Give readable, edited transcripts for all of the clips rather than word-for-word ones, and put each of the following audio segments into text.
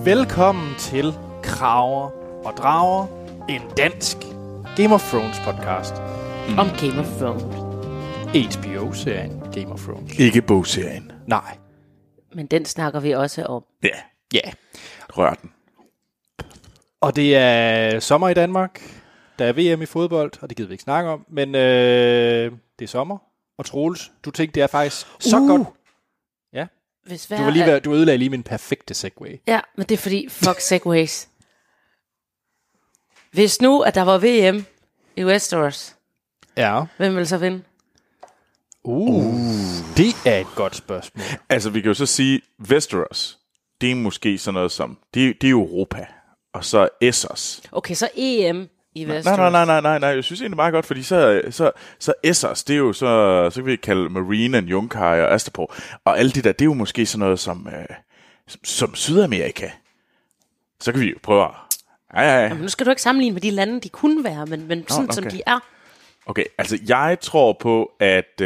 Velkommen til Kraver og Drager, en dansk Game of Thrones podcast. Om Game of Thrones. HBO-serien Game of Thrones. Ikke bogserien. Nej. Men den snakker vi også om. Ja, Ja. rør den. Og det er sommer i Danmark. Der er VM i fodbold, og det gider vi ikke snakke om. Men det er sommer. Og Troels, du tænkte, det er faktisk så godt. Ja. Hvis Du ødelagde lige min perfekte segway. Ja, men det er fordi, fuck segways. Hvis nu, at der var VM i Westeros, Ja. hvem vil så vinde? Det er et godt spørgsmål. Altså, vi kan jo så sige, Westeros, det er måske sådan noget som, det er Europa, og så Essos. Okay, så EM i Westeros. Nej, jeg synes egentlig meget godt, fordi så Essos, det er jo så kan vi kalde Marine og Yunkai og Astapor, og alle de der, det er jo måske sådan noget som Sydamerika. Så kan vi jo prøve at... Ja. Jamen, nu skal du ikke sammenligne med de lande, de kunne være, men sådan okay. som de er. Okay, altså jeg tror på, at...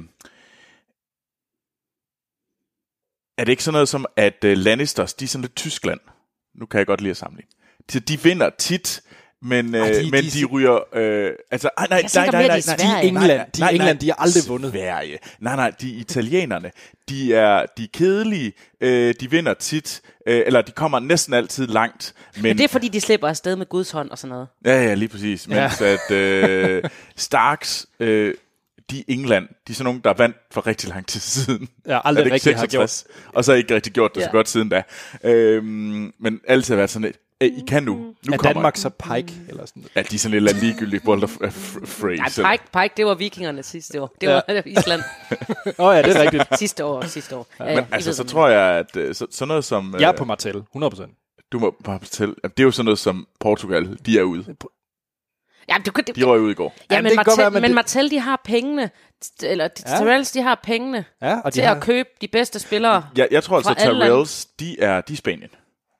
er det ikke sådan noget som, at Lannisters, de er sådan lidt Tyskland? Nu kan jeg godt lide at sammenligne. De vinder tit, men de ryger... Jeg tænker mere, de er Sverige. De er England, de har aldrig vundet. Sverige. Nej, de italienerne, de er kedelige, de vinder tit, eller de kommer næsten altid langt. Men det er fordi, de slipper afsted med Guds hånd og sådan noget. Ja, lige præcis. Mens at Starks... de i England, de er sådan nogle, der vandt for rigtig lang tid siden. Ja, aldrig rigtig har gjort. Og så har ikke rigtig gjort det så godt siden da. Men altid har været sådan lidt, I kan nu. Nu er kommer Danmark så Pike? Eller sådan noget? Ja, de er sådan lidt ligegyldige bold of phrase. Nej, Pike, det var vikingerne sidste år. Det var Island Ja, det er rigtigt. sidste år. Ja, Men altså, så tror jeg, at sådan noget som... Jeg er på Martel, 100%. Du må bare fortælle, at det er jo sådan noget som Portugal, de er ude. Ja, De røg ud i går. Ja, Jamen, men Martel, de har pengene, eller Tyrells, de har pengene og til at købe de bedste spillere. Jeg tror altså, at Tyrells, de er Spanien.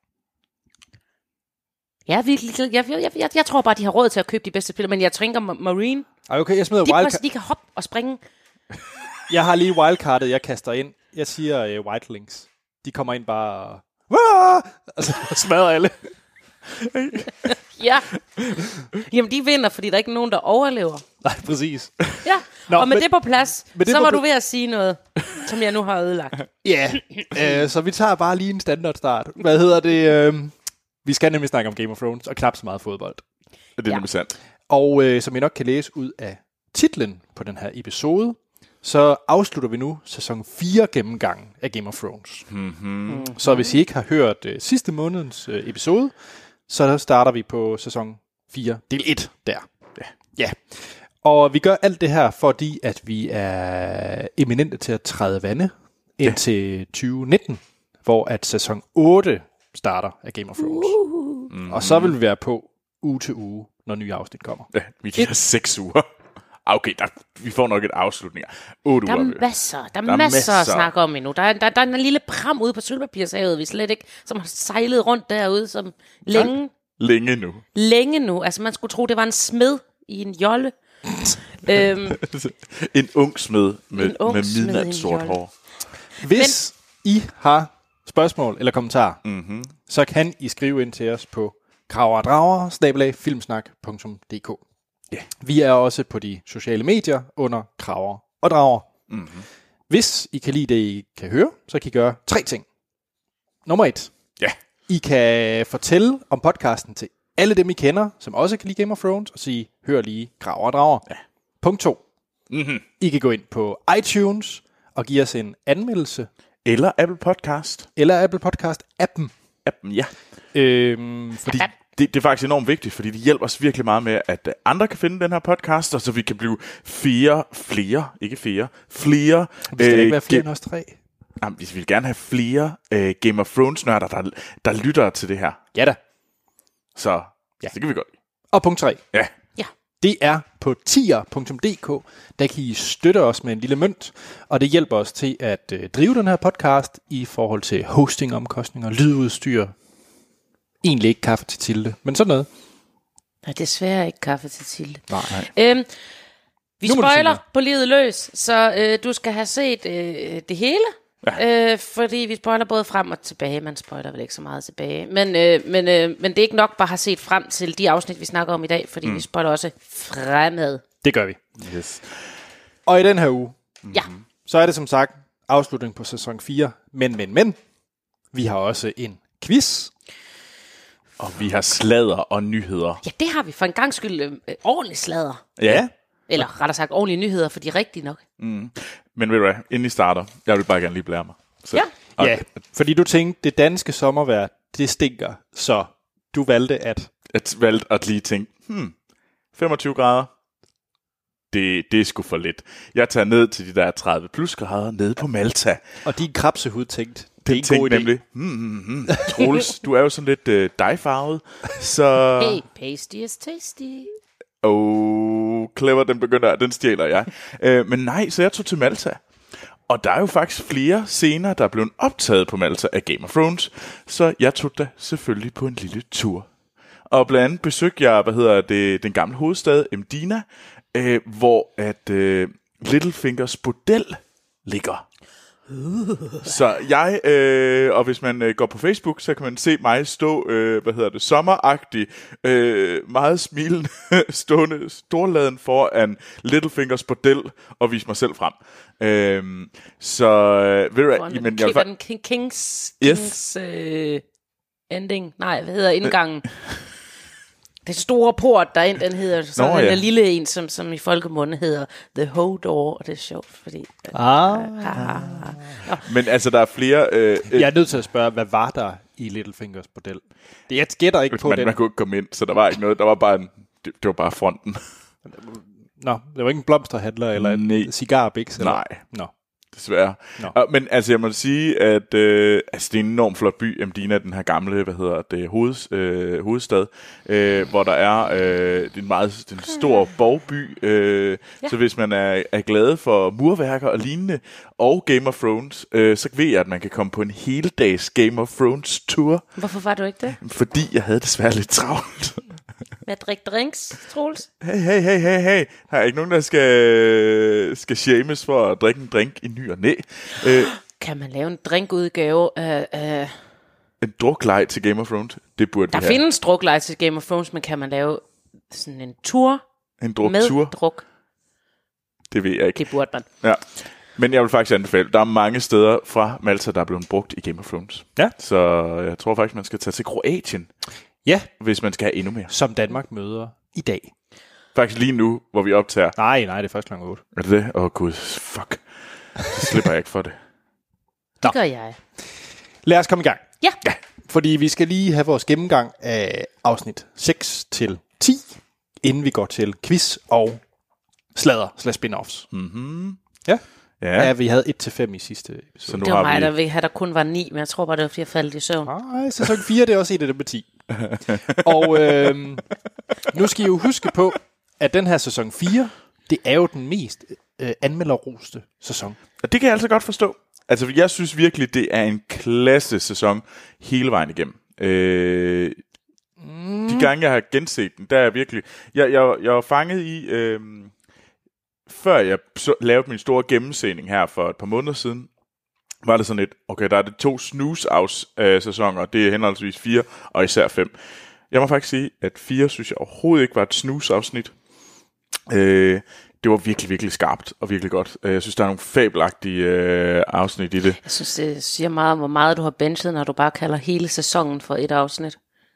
Ja, jeg tror bare, de har råd til at købe de bedste spillere, men jeg tænker Marine. Okay, jeg smider wildcard. De kan hoppe og springe. Jeg har lige wildcardet, jeg kaster ind. Jeg siger Whitelings. De kommer ind bare og så smadrer alle. Ja. Jamen, de vinder, fordi der er ikke nogen, der overlever. Nej, præcis. Ja, og med det på plads, så var på du ved at sige noget, som jeg nu har ødelagt. Ja, så vi tager bare lige en standardstart. Hvad hedder det? Vi skal nemlig snakke om Game of Thrones, og knap så meget fodbold. Det er nemlig sandt. Og som I nok kan læse ud af titlen på den her episode, så afslutter vi nu sæson 4 gennemgang af Game of Thrones. Mm-hmm. Så hvis I ikke har hørt sidste månedens episode, så starter vi på sæson 4, del 1 der. Ja. Og vi gør alt det her, fordi at vi er eminente til at træde vande indtil 2019, hvor at sæson 8 starter af Game of Thrones. Mm-hmm. Og så vil vi være på uge til uge, når nye afsnit kommer. Ja, vi kan have 6 uger. Okay, vi får nok et afslutning. 8 der uger. Der er masser at snakke om endnu. Der er en lille pram ude på Sølvpapirshavet, vi slet ikke, som har sejlet rundt derude som længe nu. Altså man skulle tro, det var en smed i en jolle. En ung smed med midnatssort hår. Hvis I har spørgsmål eller kommentarer, så kan I skrive ind til os på kraverdrager@filmsnak.dk. Yeah. Vi er også på de sociale medier under Kraver og Drager. Mm-hmm. Hvis I kan lide det, I kan høre, så kan I gøre 3 ting. Nummer 1. Yeah. I kan fortælle om podcasten til alle dem, I kender, som også kan lide Game of Thrones, og sige, hør lige Kraver og Drager. Yeah. Punkt 2. Mm-hmm. I kan gå ind på iTunes og give os en anmeldelse. Eller Apple Podcast. Eller Apple Podcast-appen. Appen, ja. Fordi det er faktisk enormt vigtigt, fordi det hjælper os virkelig meget med, at andre kan finde den her podcast, og så vi kan blive flere. Vi skal ikke være flere end os 3. Jamen, vi vil gerne have flere Game of Thrones-nørder, der lytter til det her. Ja da. Så det kan vi godt lide. Og punkt 3. Ja. Det er på tier.dk. Der kan I støtte os med en lille mønt, og det hjælper os til at drive den her podcast i forhold til hostingomkostninger, lydudstyr. Egentlig ikke kaffe til Tilde, men sådan noget. Nej, desværre ikke kaffe til Tilde. Nej. Vi spoiler på livet løs, så du skal have set det hele Fordi vi spoiler både frem og tilbage. Man spoiler vel ikke så meget tilbage. Men det er ikke nok bare at have set frem til de afsnit, vi snakker om i dag, fordi vi spoiler også fremad. Det gør vi. Yes. Og i den her uge, Ja. så er det som sagt afslutning på sæson 4. Men. Vi har også en quiz. Og vi har sladder og nyheder. Ja, det har vi for en gang skyld ordentligt sladder. Ja. Eller rettere sagt ordentlige nyheder, for de er rigtige nok. Men ved du hvad, inden I starter, jeg vil bare gerne lige blære mig. Så. Ja. Og Ja, fordi du tænkte, det danske sommervejr, det stinker, så du valgte at... Jeg valgte at lige tænke, 25 grader, det er sgu for lidt. Jeg tager ned til de der 30 plus grader nede på Malta. Og din krabsehud tænkte, det er en god tænkte idé. nemlig, Troels, du er jo sådan lidt dyefarvet, så... Hey, pasty is tasty. Clever, den stjæler jeg. Men nej, så jeg tog til Malta. Og der er jo faktisk flere scener, der er blevet optaget på Malta af Game of Thrones, så jeg tog da selvfølgelig på en lille tur. Og blandt andet besøgte jeg, den gamle hovedstad, Mdina, hvor at Littlefingers bordel ligger. Så jeg, og hvis man går på Facebook, så kan man se mig stå, sommeragtig, meget smilende, stående storladen foran Littlefingers bordel og vise mig selv frem. Ved du hvad, men jeg var Kings ending, nej, hvad hedder indgangen? Det store port derind, den hedder så den lille en, som i folkemunde hedder The Hodor, og det er sjovt, fordi... Men altså, der er flere... Jeg er nødt til at spørge, hvad var der i Littlefingers bordel? Jeg gætter ikke på det. Man kunne ikke komme ind, så der var ikke noget. Der var bare det var bare fronten. Nå, det var ikke en blomsterhandler eller en cigarbiks? Eller? Nej. Nå. Desværre. Men altså, jeg må sige, at det er en enormt flot by, Mdina, den her gamle, hovedstad, hvor der er en stor borgby. Så hvis man er glad for murværker og lignende, og Game of Thrones, så ved jeg, at man kan komme på en heldags Game of Thrones tur. Hvorfor var du ikke det? Fordi jeg havde desværre lidt travlt. Med at drikke drinks, Troels? Hey. Der er ikke nogen, der skal shames for at drikke en drink i ny og næ. Kan man lave en drinkudgave af... En drukleg til Game of Thrones? Det burde der findes drukleg til Game of Thrones, men kan man lave sådan en tur med druk? Det ved jeg ikke. Det burde man. Ja. Men jeg vil faktisk anbefale, der er mange steder fra Malta, der er blevet brugt i Game of Thrones. Ja. Så jeg tror faktisk, man skal tage til Kroatien. Ja. Hvis man skal have endnu mere. Som Danmark møder i dag. Faktisk lige nu, hvor vi optager. Nej, det er først kl. 8. Er det det? Gud, fuck. Så slipper jeg ikke for det. Det gør jeg. Lad os komme i gang. Ja. Fordi vi skal lige have vores gennemgang af afsnit 6 til 10, inden vi går til quiz og sladder / spin-offs. Ja, vi havde 1-5 i sidste episode. Så nu det var mig, der kun var 9, men jeg tror bare, det var 4 faldt i søvn. Nej, sæson 4, det er også et af dem med 10. Og nu skal I jo huske på, at den her sæson 4, det er jo den mest anmelderroste sæson. Og det kan jeg altså godt forstå. Altså, jeg synes virkelig, det er en klasse sæson hele vejen igennem. De gange, jeg har genset den, der er virkelig... Jeg var fanget i... før jeg lavede min store gennemsending her for et par måneder siden, var det sådan lidt, okay, der er det 2 snooze-sæsoner, det er henholdsvis 4 og især 5. Jeg må faktisk sige, at 4 synes jeg overhovedet ikke var et snooze-afsnit. Det var virkelig, virkelig skarpt og virkelig godt. Jeg synes, der er nogle fabelagtige afsnit i det. Jeg synes, det siger meget om, hvor meget du har benchet, når du bare kalder hele sæsonen for et afsnit.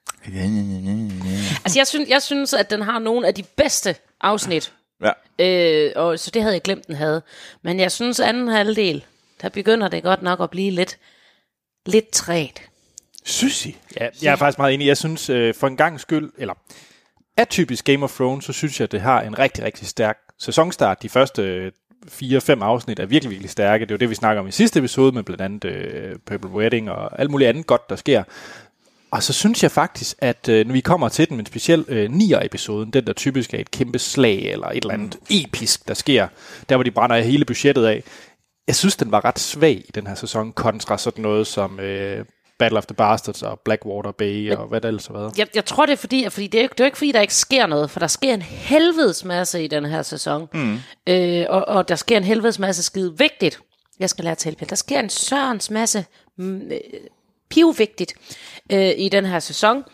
Altså, jeg synes, at den har nogle af de bedste afsnit. Ja. Og så det havde jeg glemt, den havde. Men jeg synes, anden halvdel, der begynder det godt nok at blive lidt træt. Synes I? Ja, jeg er faktisk meget enig. Jeg synes, for en gang skyld, eller atypisk Game of Thrones, så synes jeg, at det har en rigtig, rigtig stærk sæsonstart. De første 4-5 afsnit er virkelig, virkelig stærke. Det er jo det, vi snakker om i sidste episode, med blandt andet Purple Wedding og alt muligt andet godt, der sker. Og så synes jeg faktisk, at når vi kommer til den, men specielt 9'er-episoden, den der typisk er et kæmpe slag, eller et eller andet episk, der sker, der hvor de brænder hele budgettet af. Jeg synes, den var ret svag i den her sæson, kontra sådan noget som Battle of the Bastards og Blackwater Bay, og hvad der ellers har været. Jeg tror, det er fordi det er jo ikke fordi, der ikke sker noget, for der sker en helvedes masse i den her sæson. Og der sker en helvedes masse skide vigtigt Jeg skal lære at tale pænt. Der sker en sørens masse pivvigtigt i den her sæson.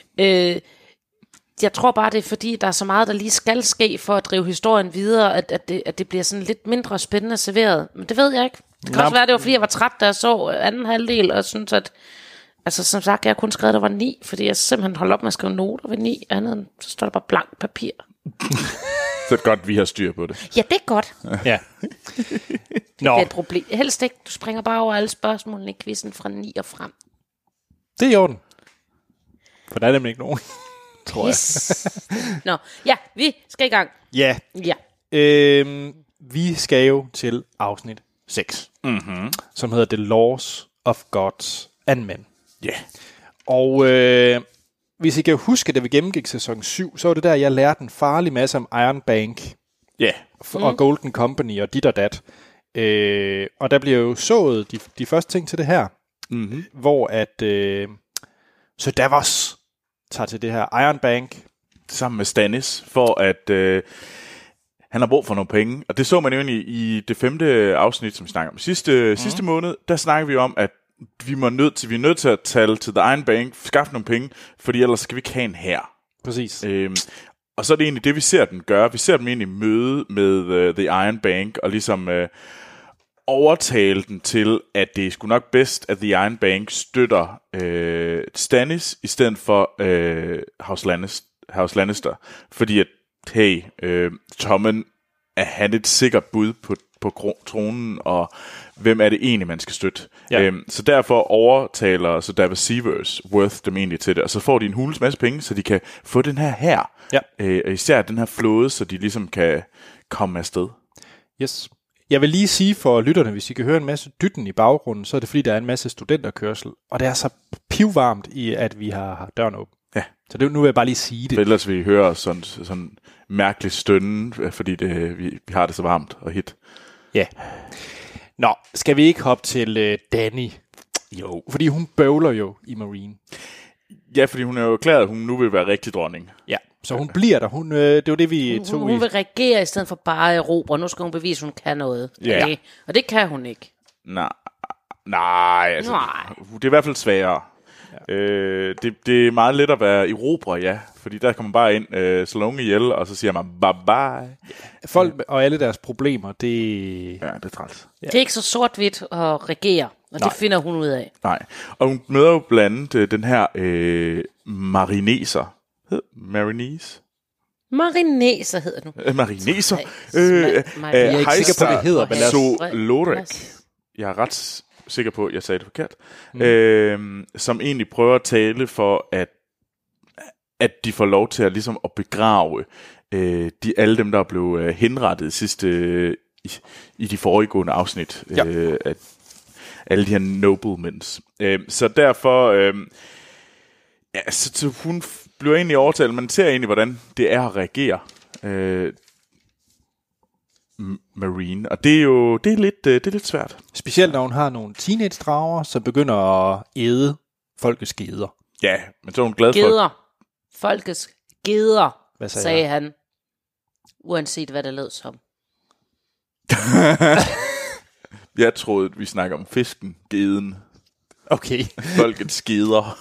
Jeg tror bare, det er fordi, der er så meget, der lige skal ske for at drive historien videre, at det bliver sådan lidt mindre spændende serveret. Men det ved jeg ikke. Det kan også være, det var fordi, jeg var træt, da jeg så anden halvdel, og synes, at altså, som sagt, jeg har kun skrevet, der var 9, fordi jeg simpelthen holdt op med at skrive noter ved 9, andet end, så står der bare blank papir. Så er det godt, vi har styr på det. Ja, det er godt. Ja. Det er et problem. Helst ikke, du springer bare over alle spørgsmålene i quizzen fra 9 og frem. Det er i orden. For der er nemlig ikke nogen, tror jeg. Nå, ja, vi skal i gang. Ja. Ja. Vi skal jo til afsnit 6, som hedder The Laws of Gods and Men. Ja. Yeah. Og hvis I kan huske, da vi gennemgik sæson 7, så var det der, jeg lærte en farlig masse om Iron Bank. Ja. Og Golden Company og dit og dat. Og der bliver jo sået de første ting til det her, hvor at så Davos tager til det her Iron Bank sammen med Stannis, for at han har brug for nogle penge. Og det så man jo i det 5. afsnit, som vi snakker om sidste måned. Der snakker vi om, at vi er nødt til at tale til The Iron Bank, skaffe nogle penge, fordi ellers skal vi ikke have en hær. Præcis. Og så er det egentlig det, vi ser den gøre. Vi ser dem egentlig møde med The Iron Bank, og ligesom overtale den til, at det er sgu nok bedst, at The Iron Bank støtter Stannis, i stedet for House Lannister. Fordi at, hey, Tommen, er han et sikkert bud på tronen, og hvem er det egentlig, man skal støtte? Ja. Så derfor overtaler så Davos Seavers Worth dem egentlig til det, og så får de en hulens masse penge, så de kan få den her. Ja. Og især den her flåde, så de ligesom kan komme afsted. Yes. Jeg vil lige sige for lytterne, hvis I kan høre en masse dytten i baggrunden, så er det fordi, der er en masse studenterkørsel, og det er så pivvarmt i, at vi har døren åben. Ja. Så nu vil jeg bare lige sige det. Ellers vil I høre sådan mærkeligt stønnen, fordi vi har det så varmt og hit. Ja. Nå, skal vi ikke hoppe til Dany? Jo. Fordi hun bøvler jo i Meereen. Ja, fordi hun er jo erklæret, at hun nu vil være rigtig dronning. Ja, så hun bliver der. Det var det, vi tog Hun vil regere i stedet for bare at erobre. Nu skal hun bevise, at hun kan noget. Ja. Okay? Og det kan hun ikke. Nej, altså, det er i hvert fald sværere. Ja. Det er meget let at være erobrer, ja. Fordi der kommer man bare ind, slår nogen ihjel, og så siger man bye-bye. Ja. Folk og alle deres problemer, det... Ja, det er træls. Ja. Det er ikke så sort-hvidt at regere, og det finder hun ud af. Nej, og hun møder jo blandt andet den her marineser. Marineser hedder den. Marineser? Jeg er ikke sikker på, hvad det hedder. Solorek. Jeg er ret sikker på, at jeg sagde det forkert. Som egentlig prøver at tale for, at de får lov til at, ligesom, at begrave alle dem, der er blevet henrettet sidste i de foregående afsnit. Ja. At alle de her noblemens. Så derfor... så hun bliver egentlig overtalt. Man ser egentlig, hvordan det er at reagere Meereen. Og det er lidt svært. Specielt når hun har nogle teenage-drager, som begynder at æde folkets geder. Ja, men så er hun glad for... Geder. Folkets geder, sagde han. Uanset hvad det lød som. Jeg troede, vi snakker om fisken, geden. Okay. Folkets geder.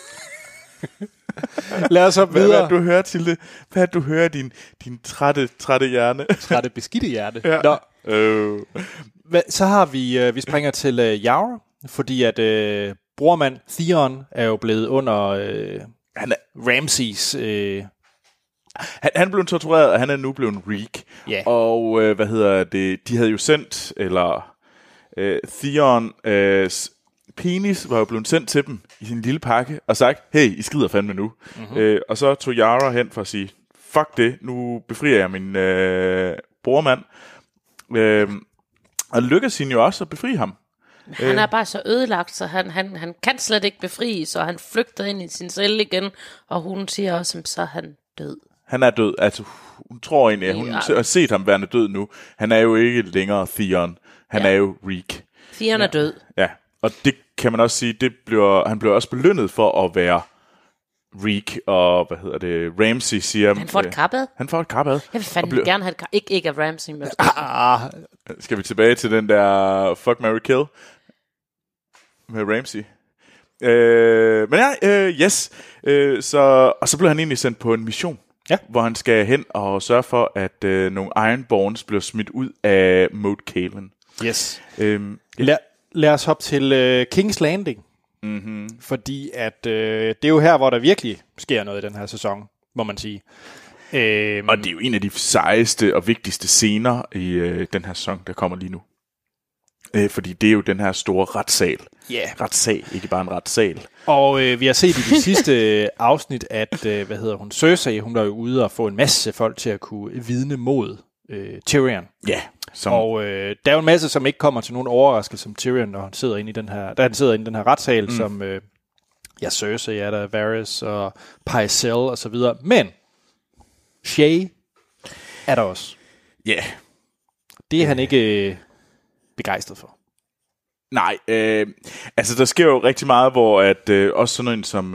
Lad os op videre. Hvad du hører til det? Hvad du hører din trætte hjerne? Trætte beskidte hjerne. Ja. Nå. Så har vi springer til Yara, fordi at brormand Theon er jo blevet under Ramsays. Han blev tortureret, og han er nu blevet Reek. Yeah. Og de havde jo sendt, eller Theon penis var jo blevet sendt til dem i sin lille pakke, og sagt, hey, I skider fandme nu. Mm-hmm. Og så tog Yara hen for at sige, fuck det, nu befrier jeg min brormand. Og lykkes hende jo også at befri ham. Han er bare så ødelagt, så han kan slet ikke befri, så han flygter ind i sin celle igen, og hun siger også, så er han død. Han er død, altså hun tror egentlig, at hun har set ham værende død nu. Han er jo ikke længere Theon, han er jo Reek. Theon er død. Ja, og det kan man også sige, han bliver også belønnet for at være Reek og, Ramsay siger... Han får et karbad. Han får et karbad. Jeg vil fandme gerne have et karbad. Ikke af Ramsay, men... Skal vi tilbage til den der fuck, marry, kill med Ramsay? Yes. Og så blev han egentlig sendt på en mission, hvor han skal hen og sørge for, at nogle Ironborns bliver smidt ud af Moat Cailin. Yes. Lad os hoppe til King's Landing. Mm-hmm. Fordi at det er jo her, hvor der virkelig sker noget i den her sæson, må man sige. Og det er jo en af de sejeste og vigtigste scener i den her sæson, der kommer lige nu. Fordi det er jo den her store retssal. Retssal, ikke bare en retssal. Og vi har set i de sidste afsnit, at Cersei, hun var jo ude og få en masse folk til at kunne vidne mod Tyrion. Ja. Og der er jo en masse, som ikke kommer til nogen overraskelse som Tyrion, når han sidder inde i den her, retssal, som Cersei er der, Varys og Pycelle og så videre. Men Shae er der også. Ja. Yeah. Det er han ikke begejstret for. Nej, altså der sker jo rigtig meget, hvor at også sådan en som,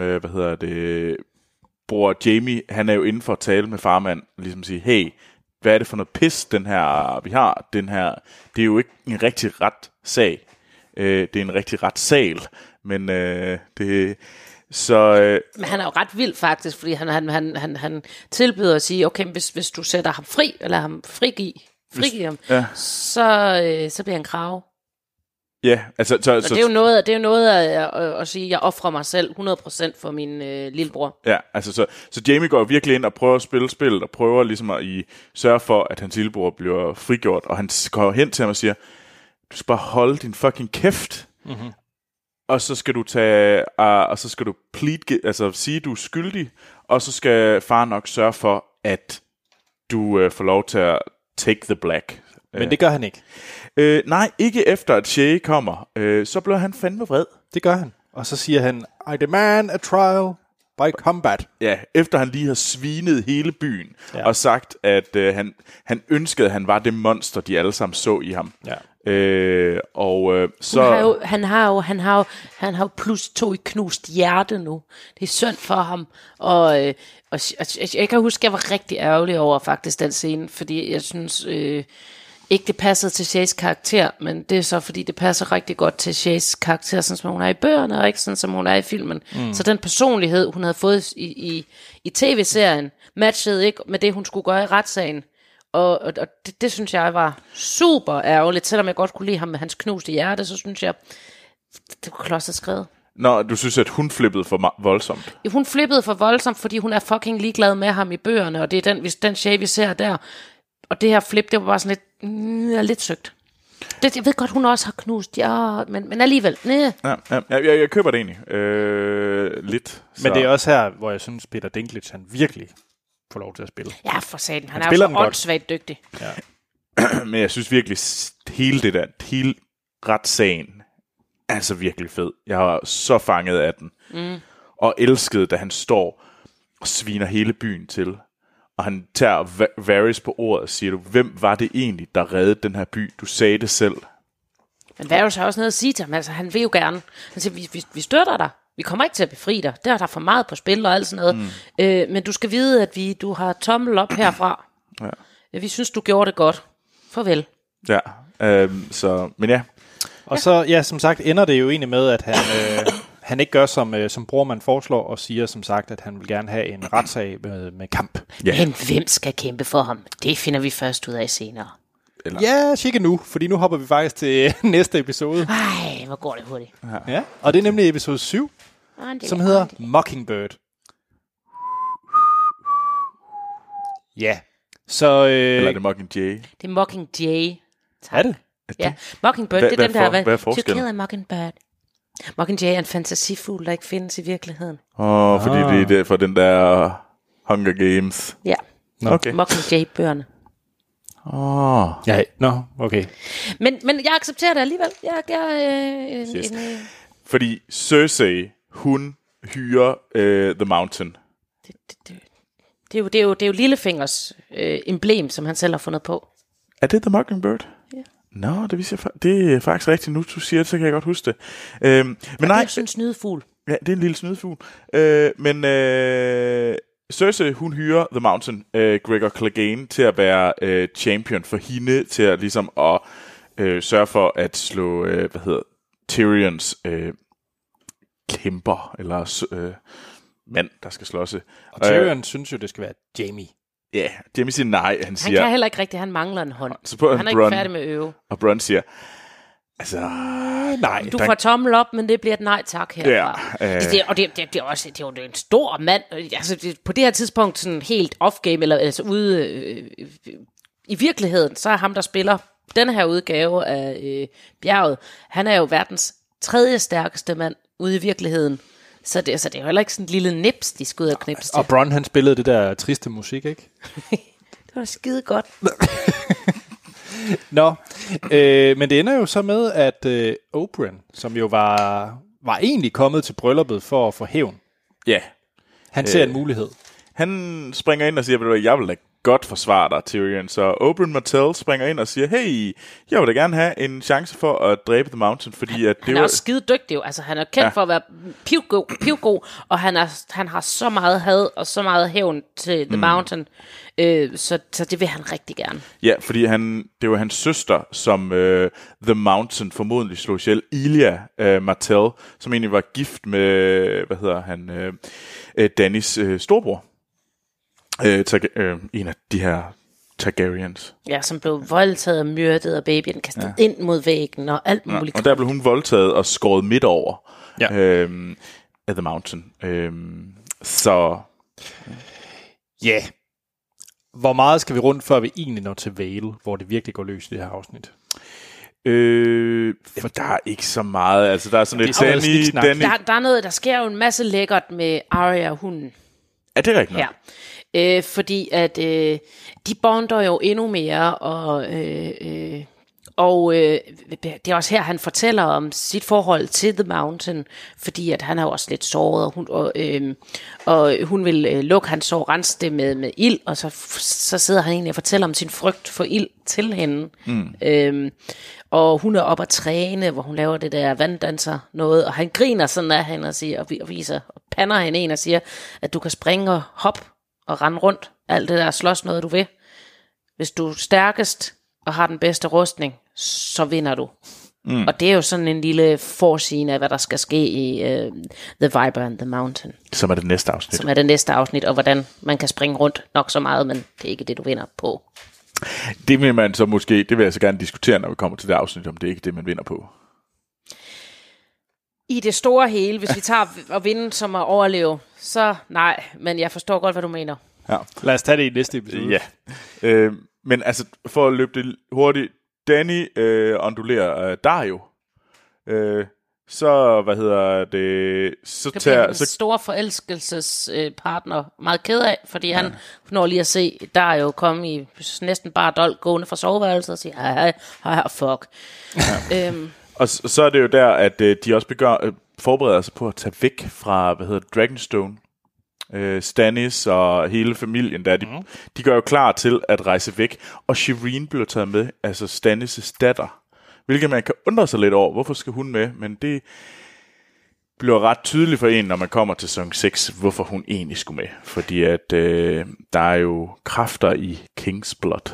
bror Jaime, han er jo inde for at tale med farmand, og ligesom sige, hey, hvad er det for noget pis, den her, vi har, den her, det er jo ikke en rigtig ret sag, det er en rigtig ret sal, men det, så... Men han er jo ret vild faktisk, fordi han tilbyder at sige, okay, hvis du sætter ham fri, eller ham frigive ham, så bliver han krave. Ja, altså... Så det er jo noget at sige, jeg offrer mig selv 100% for min lillebror. Ja, altså så Jaime går virkelig ind og prøver at spille spillet, og prøver ligesom at sørge for, at hans lillebror bliver frigjort, og han går hen til ham og siger, du skal bare holde din fucking kæft, og så skal du sige, du er skyldig, og så skal far nok sørge for, at du får lov til at take the black. Men det gør han ikke. Nej, ikke efter at Shae kommer. Så bliver han fandme vred. Det gør han. Og så siger han, I demand a trial by combat. Ja, efter han lige har svinet hele byen, og sagt, at han ønskede, at han var det monster, de alle sammen så i ham. Ja. Så han har jo plus 2 i knust hjerte nu. Det er synd for ham. Og jeg kan huske, jeg var rigtig ærgerlig over faktisk den scene, fordi jeg synes ikke det passede til Shaes karakter, men det er så fordi det passer rigtig godt til Shaes karakter, sådan som hun er i bøgerne, og ikke sådan som hun er i filmen. Så den personlighed hun havde fået i tv-serien matchede ikke med det hun skulle gøre i retssagen. Og det synes jeg var super ærgerligt. Selvom jeg godt kunne lide ham med hans knuste hjerte, så synes jeg, det var klodset skrevet. Nå, du synes, at hun flippede for voldsomt? Ja, hun flippede for voldsomt, fordi hun er fucking ligeglad med ham i bøgerne, og det er den Shae, vi ser der. Og det her flip, det var bare sådan lidt søgt. Jeg ved godt, hun også har knust, men alligevel. Jeg køber det egentlig. Lidt. Så. Men det er også her, hvor jeg synes, Peter Dinklage, han virkelig får lov til at spille. Ja, for satan. Han er jo så åndssvagt dygtig. Ja. Men jeg synes virkelig, hele retssagen er så virkelig fed. Jeg har så fanget af den. Og elskede, da han står og sviner hele byen til. Og han tager Varys på ordet og siger, hvem var det egentlig, der reddede den her by? Du sagde det selv. Men Varys har også noget at sige til ham. Altså, han vil jo gerne. Han siger, vi støtter dig. Vi kommer ikke til at befri dig. Der er for meget på spil og alt sådan noget. Men du skal vide, at du har tommel op herfra. Ja. Vi synes, du gjorde det godt. Farvel. Ja, men ja. Og så, som sagt, ender det jo egentlig med, at han ikke gør, som brormand foreslår, og siger som sagt, at han vil gerne have en retssag med kamp. Yeah. Men hvem skal kæmpe for ham? Det finder vi først ud af senere. Eller? Ja, ikke nu, fordi nu hopper vi faktisk til næste episode. Ej, hvor går det hurtigt. Ja, og det er nemlig episode 7, som hedder Mockingbird. Ja, så... Eller er det Mockingjay? Det er Mockingjay. Er det? Ja, Mockingbird, det er den der... Hvad er forskellen? To kill a mockingbird. Mockingjay er en fantasifugl, der ikke findes i virkeligheden. Fordi det er for den der Hunger Games. Ja, okay. Mockingjay-bøgerne. Ja, okay. Men jeg accepterer det alligevel. Fordi Cersei, hun hyrer The Mountain. Det er jo Lillefingers emblem, som han selv har fundet på. Er det The Mockingbird? Ja. Nå, det er faktisk rigtigt. Nu du siger det, så kan jeg godt huske det. Men nej, det er jo sådan en snydefugl. Ja, det er en lille snydefugl. Men Cersei, hun hyrer The Mountain, Gregor Clegane, til at være champion for hende, til at ligesom at sørge for at slå, Tyrions kæmper, eller mand, der skal slåsse. Og Tyrion synes jo, det skal være Jaime. Ja, yeah, Jaime siger nej. Han siger, kan heller ikke rigtigt, han mangler en hånd. Han er ikke færdig med at øve. Og Bronn siger, altså, nej. Du får tommel op, men det bliver et nej tak herfra. Ja, det er også det er jo en stor mand. Altså, på det her tidspunkt sådan helt off-game, eller altså ude i virkeligheden, så er ham, der spiller den her udgave af bjerget, han er jo verdens 3. stærkeste mand ude i virkeligheden. Så det er jo heller ikke sådan en lille nips, de skal ud og knipse til. Og Bronn, han spillede det der triste musik, ikke? Det var skide godt. Nå, men det ender jo så med, at Oberyn, som jo var egentlig kommet til brylluppet for at få hævn. Ja. Han ser en mulighed. Han springer ind og siger, at jeg vil da godt forsvare dig, Tyrion. Så Oberyn Martell springer ind og siger, hey, jeg vil da gerne have en chance for at dræbe The Mountain, fordi at det han er også skide dygtig, altså han er kendt for at være pivgod, og han har så meget had og så meget hævn til The Mountain, så det vil han rigtig gerne. Ja, fordi det var hans søster, som The Mountain formodentlig slog ihjel, Elia Martell, som egentlig var gift med, Dannys storbror. En af de her Targaryens. Ja, som blev voldtaget og myrdet, og babyen kastet ind mod væggen og alt muligt. Og der blev hun voldtaget og skåret midt over af The Mountain. Så... Ja. Hvor meget skal vi rundt, før vi egentlig når til Vale, hvor det virkelig går løs i det her afsnit? For der er ikke så meget. Altså, der er sådan lidt Danny. Der er noget, der sker jo en masse lækkert med Arya og hunden. Er det rigtigt? Ja. Fordi at de bonder jo endnu mere, og det er også her, han fortæller om sit forhold til The Mountain, fordi at han er jo også lidt såret, og hun vil lukke hans sår, rense det med ild, og så sidder han egentlig og fortæller om sin frygt for ild til hende. Og hun er oppe at træne, hvor hun laver det der vanddanser noget, og han griner sådan af hende og siger, og viser, og pander hende en og siger, at du kan springe og hoppe og rende rundt, alt det der, slås noget du vil. Hvis du er stærkest og har den bedste rustning, så vinder du. Og det er jo sådan en lille forsyn af, hvad der skal ske i The Viper and the Mountain. Som er det næste afsnit. Og hvordan man kan springe rundt nok så meget, men det er ikke det, du vinder på. Det vil man så måske, det vil jeg så gerne diskutere, når vi kommer til det afsnit, om det ikke er det, man vinder på. I det store hele, hvis vi tager at vinde som at overleve, så nej, men jeg forstår godt, hvad du mener. Ja. Lad os tage det i næste episode. Ja. Men altså, for at løbe det hurtigt, Dany ondulerer Dario. Så, så det bliver en stor forelskelsespartner meget ked af, fordi han når lige at se Dario komme i næsten bare dolk gående fra soveværelset og sige, hej, fuck. Ja. Og så er det jo der, at de også forbereder sig på at tage væk fra, Dragonstone. Stannis og hele familien der, de gør jo klar til at rejse væk, og Shireen bliver taget med, altså Stannis' datter, hvilket man kan undre sig lidt over, hvorfor skal hun med, men det bliver ret tydeligt for en, når man kommer til sæson 6, hvorfor hun egentlig skulle med, fordi at der er jo kræfter i King's Blood.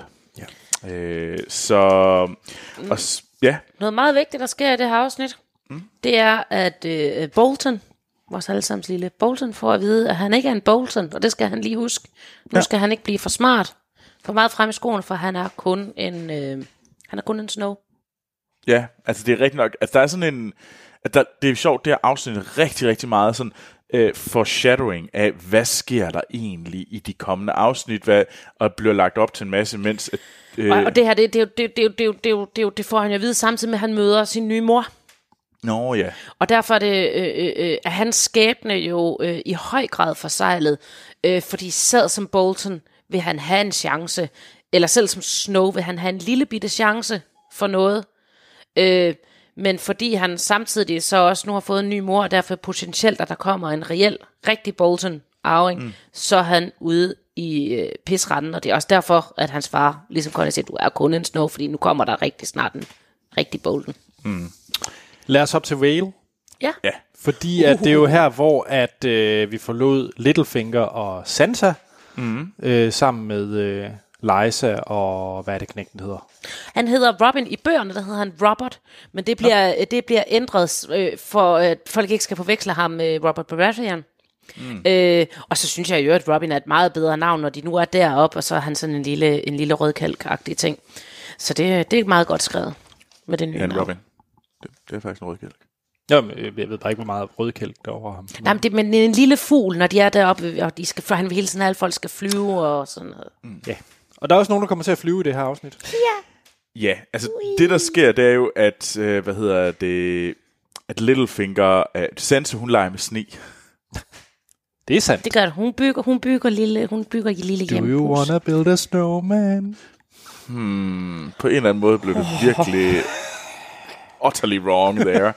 Ja. Noget meget vigtigt, der sker i det her afsnit, det er, at Bolton, vores allesammens lille Bolton, får at vide, at han ikke er en Bolton, og det skal han lige huske. Nu skal han ikke blive for smart, for meget frem i skoen, for han er kun en Snow. Ja, altså det er rigtigt nok. Altså der er sådan en, det er sjovt, det her afsnit rigtig, rigtig meget sådan foreshadowing af, hvad sker der egentlig i de kommende afsnit, og bliver lagt op til en masse, mens... Og det her, det får han jo at vide, samtidig med, at han møder sin nye mor. Nå ja. Og derfor er hans skæbne jo i høj grad forsejlet, fordi selv som Bolton vil han have en chance, eller selv som Snow vil han have en lille bitte chance for noget, men fordi han samtidig så også nu har fået en ny mor, og derfor potentielt, at der kommer en rigtig Bolton-arving, så er han ude i pisranden, og det er også derfor, at hans far ligesom kan sige, du er kun en Snow, fordi nu kommer der rigtig snart en rigtig Bolton. Lad os op til Vale. Ja. Ja. Fordi at det er jo her, hvor at vi forlod Littlefinger og Sansa sammen med Lysa og hvad er det knægten hedder? Han hedder Robin i bøgerne, der hedder han Robert, men det bliver ændret for at folk ikke skal forveksle ham med Robert Baratheon. Og så synes jeg jo, at Robin er et meget bedre navn, når de nu er deroppe, og så er han sådan en lille rødkalk-agtig ting. Så det er meget godt skrevet med den nye navn. Robin. Det er faktisk en rødkalk. Jamen, jeg ved bare ikke, hvor meget rødkælk der over ham. Nej, men en lille fugl, når de er deroppe, og for han vil hele tiden have, at folk skal flyve og sådan noget. Ja, og der er også nogen, der kommer til at flyve i det her afsnit. Ja, altså det der sker, det er jo, at, at Littlefinger, Sansa, hun leger med sne. Det er sandt. Det gør det. Hun bygger lille hjem. Do you wanna build a snowman? På en eller anden måde blev det virkelig utterly wrong there.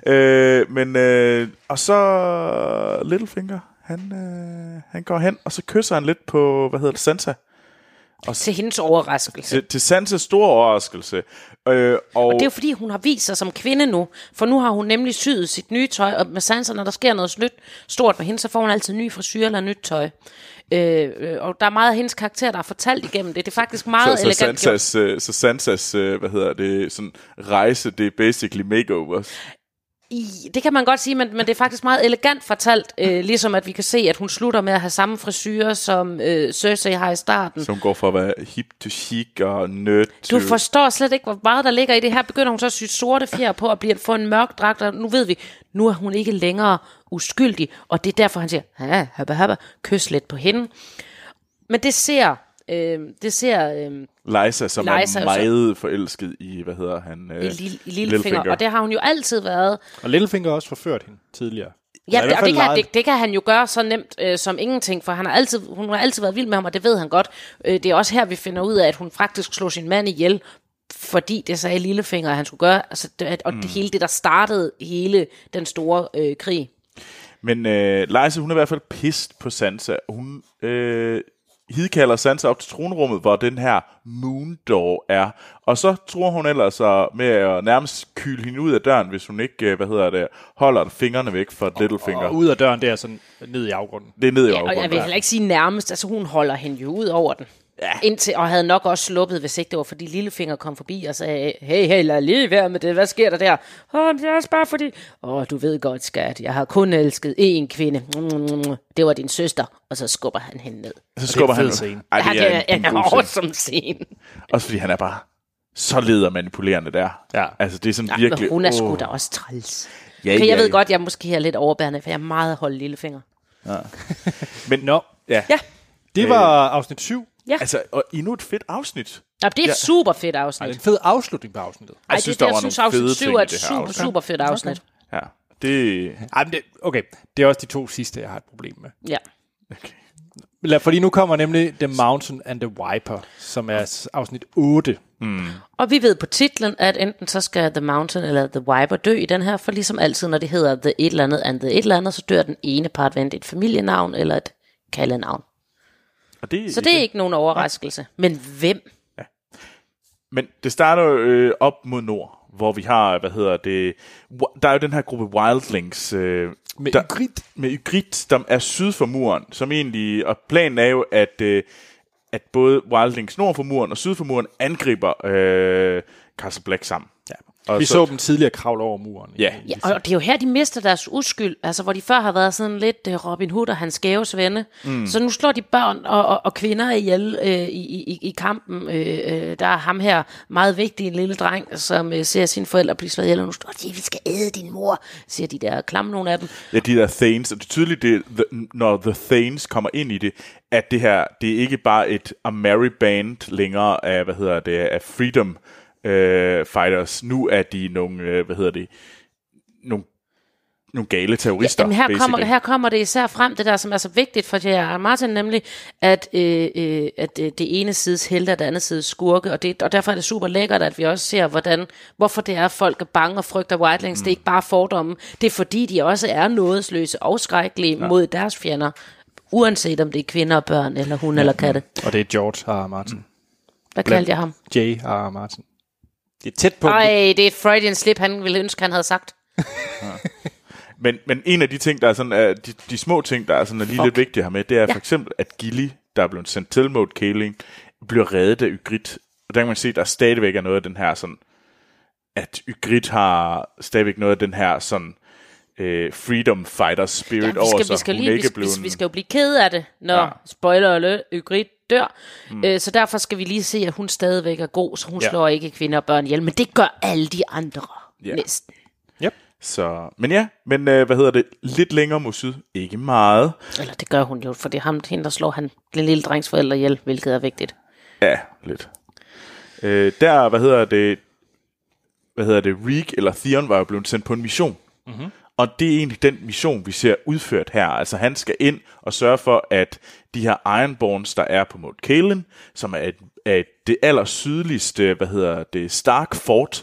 Og så Littlefinger, han går hen, og så kysser han lidt på, Sansa. Og til hendes overraskelse. Til Sansas store overraskelse. Og det er jo fordi, hun har vist sig som kvinde nu. For nu har hun nemlig syet sit nye tøj. Og med Sansa, når der sker noget stort med hende, så får hun altid ny frisyr eller nyt tøj. Og der er meget af hendes karakter, der er fortalt igennem det. Det er faktisk meget elegant. Så Sansas, sådan rejse, det er basically makeovers. Det kan man godt sige, men det er faktisk meget elegant fortalt, ligesom at vi kan se, at hun slutter med at have samme frisyrer, som Cersei har i starten. Som går fra at være hip to chic og nerd. Du forstår slet ikke, hvor meget der ligger i det her. Begynder hun så at sy sorte fjer på og få en mørk dragt, og nu ved vi, nu er hun ikke længere uskyldig, og det er derfor, han siger, habba, kys lidt på hende. Men det ser Lysa, som er meget forelsket i, i Littlefinger, og det har hun jo altid været. Og Littlefinger har også forført hende tidligere. Ja, og det kan han jo gøre så nemt som ingenting, for hun har altid været vild med ham, og det ved han godt. Det er også her, vi finder ud af, at hun faktisk slog sin mand ihjel, fordi det sagde Littlefinger, at han skulle gøre, altså, og det hele det, der startede hele den store krig. Men Lysa, hun er i hvert fald pissed på Sansa. Hun hidkalder Sansa op til tronrummet, hvor den her Moondor er. Og så tror hun ellers med at nærmest kyle hende ud af døren, hvis hun ikke, holder fingrene væk fra Littlefinger. Og ud af døren, det er sådan ned i afgrunden. Det er ned i afgrunden. Og jeg vil heller ikke sige nærmest, altså hun holder hende jo ud over den. Ja. Indtil, og havde nok også sluppet, hvis ikke det var, fordi Littlefinger kom forbi og sagde, hey, lad lige være med det, hvad sker der der? Det er også bare fordi, du ved godt, skat, jeg har kun elsket én kvinde, det var din søster, og så skubber han hende ned. Så skubber han hende. Det er awesome scene. Også fordi han er bare så leder manipulerende der. Ja. Altså det er sådan virkelig. Men hun er sgu da også træls. Jeg ved godt, jeg måske er lidt overbærende, for jeg er meget holdt Littlefinger. Ja. Men ja. Det var afsnit 7. Ja. Altså, og endnu et fedt afsnit. Ja, det er et super fedt afsnit. Det er en fed afslutning på afsnittet. Jeg synes, der var nogle fede ting i det her. Super fedt afsnit. Okay. Ja, okay, det er også de 2 sidste, jeg har et problem med. Ja. Okay. Fordi nu kommer nemlig The Mountain and the Viper, som er afsnit 8. Og vi ved på titlen, at enten så skal The Mountain eller The Viper dø i den her, for ligesom altid, når det hedder The et eller andet and The et eller andet, så dør den ene part ved et familienavn eller et kaldenavn. Så det er ikke nogen overraskelse. Men hvem? Ja. Men det starter op mod nord, hvor vi har, der er jo den her gruppe wildlings. Med Ygritte, der er syd for muren, som egentlig, og planen er jo, at både wildlings nord for muren og syd for muren angriber Castle Black sammen. Ja. Vi så dem tidligere kravle over muren. Ja, og det er jo her, de mister deres uskyld. Altså, hvor de før har været sådan lidt Robin Hood og hans skæves venne. Så nu slår de børn og kvinder ihjel i kampen. Der er ham her, meget vigtig, en lille dreng, som ser sine forældre blive slået ihjel. Og nu står de, vi skal æde din mor, siger de der klamme nogle af dem. Ja, de der Thanes. Og det er tydeligt, når The Thanes kommer ind i det, at det her, det er ikke bare et A Merry Band længere af, af Freedom fighters. Nu er de nogle, nogle gale terrorister. Jamen her kommer det især frem, det der, som er så vigtigt for J.R. Martin, nemlig, at det ene sides helte og det andet sides skurke, og derfor er det super lækkert, at vi også ser, hvorfor det er, at folk er bange og frygter wildlings. Det er ikke bare fordomme. Det er fordi, de også er nådesløse og skrækkelige mod deres fjender, uanset om det er kvinder og børn, eller hund eller katte. Og det er George R. Martin. Hvad kaldte jeg ham? J.R. Martin. Det er tæt på. Det er Freudian slip, han ville ønske, han havde sagt. Men en af de ting, der er sådan, de små ting, der er sådan lige lidt vigtige her med, det er for eksempel, at Gilly, der er blevet sendt til Moat Cailin, bliver reddet af Ygritte. Og der kan man se, at der stadigvæk er noget af den her sådan, at Ygritte har stadigvæk noget af den her sådan, freedom fighter spirit over sig. Vi skal jo blive ked af det, når spoiler alert, Ygritte dør. Så derfor skal vi lige se, at hun stadigvæk er god, så hun slår ikke kvinder og børn ihjel. Men det gør alle de andre næsten. Yep. Så, men lidt længere mod syd. Ikke meget. Eller det gør hun jo, for det er ham, der slår han den lille drengs forældre ihjel, hvilket er vigtigt. Ja, lidt. Reek eller Theon var jo blevet sendt på en mission. Mm-hmm. Og det er egentlig den mission, vi ser udført her. Altså han skal ind og sørge for, at de her Ironborns, der er på Moat Cailin, som er det allersydligste, Stark Fort,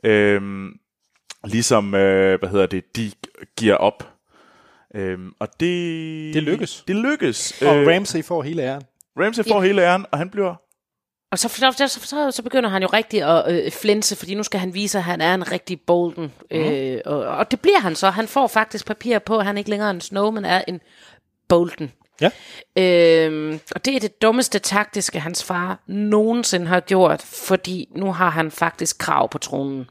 de giver op. Og det lykkes. Det lykkes. Og Ramsay får hele æren. Og han bliver... Og så begynder han jo rigtig at flænse, fordi nu skal han vise, at han er en rigtig Bolton. Og det bliver han så. Han får faktisk papir på, at han ikke længere er en Snow, men er en Bolton. Ja. Og det er det dummeste taktiske, hans far nogensinde har gjort, fordi nu har han faktisk krav på tronen.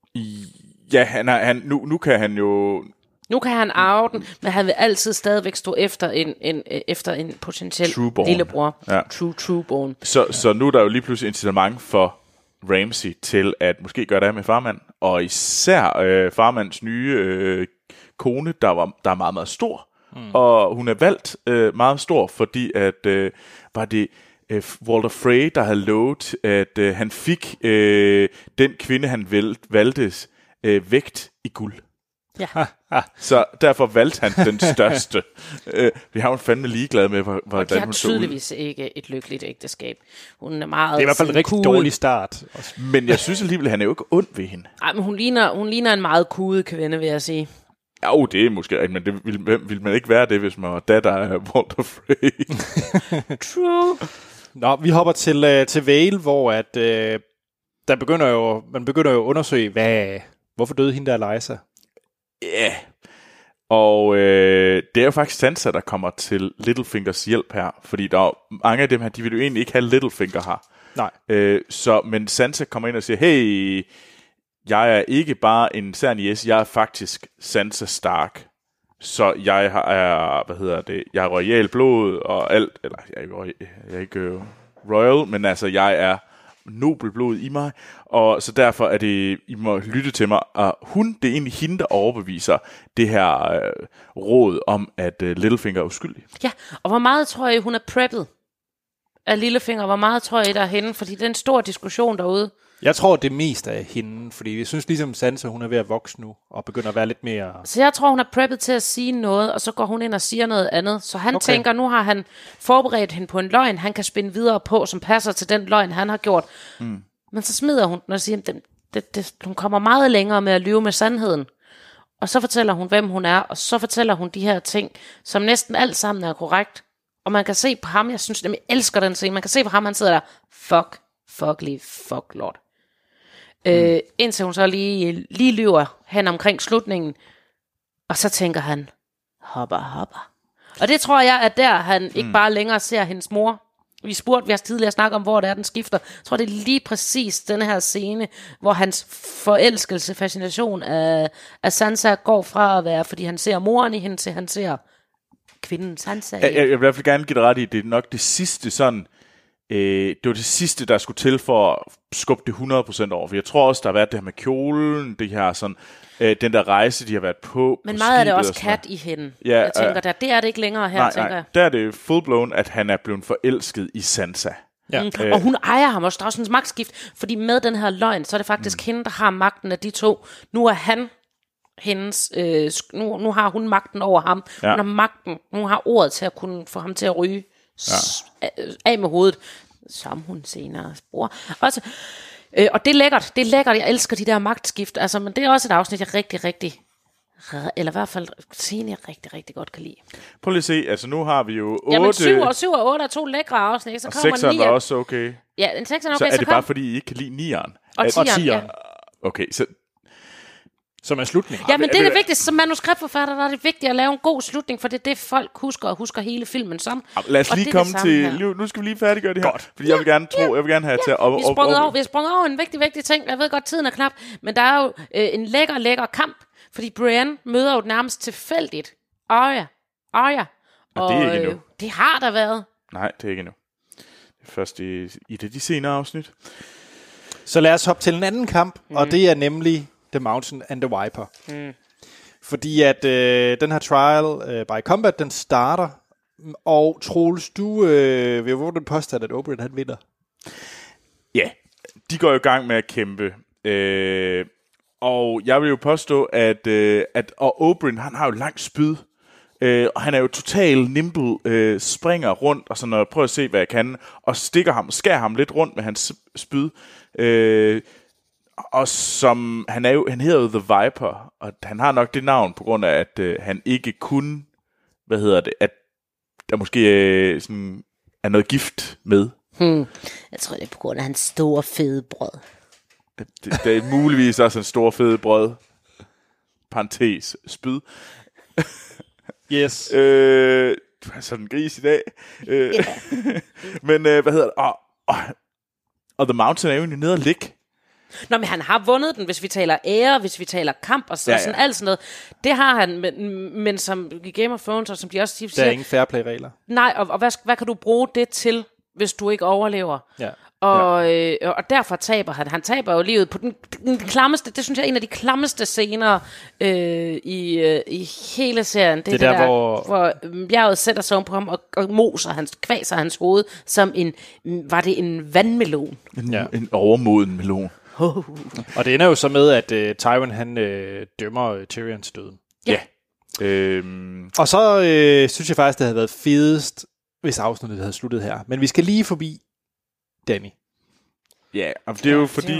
Ja, nu kan han jo... Nu kan han arve den, men han vil altid stadigvæk stå efter en potentiel lillebror. Ja. Trueborn. Så nu er der jo lige pludselig incitament for Ramsay til at måske gøre det med farmand. Og især farmands nye kone, der er meget, meget stor. Og hun er valgt meget stor, fordi at var det Walder Frey, der havde lovet, at han fik den kvinde, han valgtes vægt i guld. Ja. Så derfor valgte han den største. Vi har jo fandme ligeglade med, hvordan hun så ud. Det har tydeligvis ikke et lykkeligt ægteskab. Hun er meget... Det er i hvert fald en rigtig dårlig start. Men jeg synes alligevel, han er jo ikke ond ved hende. Nej, men hun ligner en meget kude kvinde, vil jeg sige. Ja, det er måske, men det vil man ikke være det, hvis man var datter af Walder Frey. True. Nå, vi hopper til Vale, hvor at, man begynder jo at undersøge, hvorfor døde hende der Lysa? Ja, yeah. Og det er jo faktisk Sansa, der kommer til Littlefingers hjælp her, fordi der er mange af dem her, de vil jo egentlig ikke have Littlefinger her. Nej. Men Sansa kommer ind og siger, hey, jeg er ikke bare en Sernies, jeg er faktisk Sansa Stark. Så jeg er royal blod og alt, eller jeg er ikke royal, men altså jeg er nobel blod i mig, og så derfor er det, I må lytte til mig, og det er egentlig hende, der overbeviser det her råd om, at Littlefinger er uskyldig. Ja, og hvor meget tror I, hun er preppet af Littlefinger? Hvor meget tror I, der er hende? Fordi det er en stor diskussion derude. Jeg tror, det mest af hende, fordi jeg synes ligesom Sansa, hun er ved at vokse nu, og begynder at være lidt mere... Så jeg tror, hun er preppet til at sige noget, og så går hun ind og siger noget andet. Så han tænker, nu har han forberedt hende på en løgn, han kan spinde videre på, som passer til den løgn, han har gjort. Men så smider hun den og siger, hun kommer meget længere med at lyve med sandheden. Og så fortæller hun, hvem hun er, og så fortæller hun de her ting, som næsten alt sammen er korrekt. Og man kan se på ham, jeg synes, jeg elsker den scene, man kan se på ham, han sidder der, fuck lord. Indtil hun så lige lyver hen omkring slutningen, og så tænker han, hopper. Og det tror jeg, at der han ikke bare længere ser hendes mor. Vi har tidligere snakket om, hvor det er, den skifter. Jeg tror, det er lige præcis den her scene, hvor hans forelskelse, fascination af Sansa går fra at være, fordi han ser moren i hende, til han ser kvinden Sansa. Jeg vil i hvert fald gerne give dig ret i, det er nok det sidste sådan, det var det sidste, der skulle til for at skubbe det 100% over. For jeg tror også, der har været det her med kjolen, det her sådan, den der rejse, de har været på. Men meget af det også kat i hende. Ja, jeg tænker, det er det ikke længere her, tænker jeg. Der er det full-blown, at han er blevet forelsket i Sansa. Ja. Og hun ejer ham også. Der er også en magtskift, fordi med den her løgn, så er det faktisk hende, der har magten af de to. Nu er han hendes, nu har hun magten over ham. Ja. Hun har magten, hun har ordet til at kunne få ham til at ryge af med hovedet, som hun senere bruger. Også, og det er lækkert, jeg elsker de der magtskift, altså, men det er også et afsnit, jeg rigtig, eller i hvert fald scene, jeg rigtig godt kan lide. Prøv lige at se, altså nu har vi jo 8... Jamen 7 og 8 er 2 lækre afsnit, så kommer 9'eren. Og 6'eren var også okay. Ja, en 6'eren okay, så er det bare fordi, I ikke kan lide 9'eren? Og 10'eren, ja. Okay, så Som er slutningen. Ja, men det er det vigtigste. Som manuskriptforfatter, der er det vigtigt at lave en god slutning, for det er det, folk husker hele filmen som. Lad os lige komme til... Nu skal vi lige færdiggøre det her. Godt. Fordi jeg vil gerne have til at... Vi har sprunget over en vigtig ting. Jeg ved godt, tiden er knap. Men der er jo en lækker kamp. Fordi Brienne møder jo nærmest tilfældigt Arya. Og det er ikke endnu. Det har der været. Nej, det er ikke endnu. Det er først i de senere afsnit. Så lad os hoppe til en anden kamp, og det er nemlig The Mountain and the Viper. Fordi at den her trial by combat, den starter, og Troels, du vil jo våge den påstand, at Oberyn han vinder. Ja, de går jo i gang med at kæmpe. Og jeg vil jo påstå, at Oberyn, han har jo langt spyd. Og han er jo total nimble, springer rundt og sådan noget, prøver at se, hvad jeg kan, og skærer ham lidt rundt med hans spyd. Og som han hedder jo The Viper, og han har nok det navn på grund af, at han ikke kunne, at der måske sådan er noget gift med. Jeg tror, det er på grund af hans store fede brød. Det er muligvis også en stor fede brød. Parentes, spyd. Yes. Du er sådan en gris i dag. Men og The Mountain er jo egentlig nede og ligge. Nå, men han har vundet den, hvis vi taler ære, hvis vi taler kamp og sådan alt sådan noget. Det har han, men som i Game of Thrones, og som de også siger... Der er ingen fair play-regler. Nej, og hvad kan du bruge det til, hvis du ikke overlever? Ja. Og derfor taber han. Han taber jo livet på den klammeste, det synes jeg er en af de klammeste scener i hele serien. Det er der, hvor bjerget sætter sig om på ham og moser kvaser hans hoved som en vandmelon. En overmoden melon. Og det ender jo så med, at Tywin han dømmer Tyrions døden. Ja. Og så synes jeg faktisk, det havde været fedest, hvis afsnittet havde sluttet her. Men vi skal lige forbi Dany. Ja, og det er jo fordi,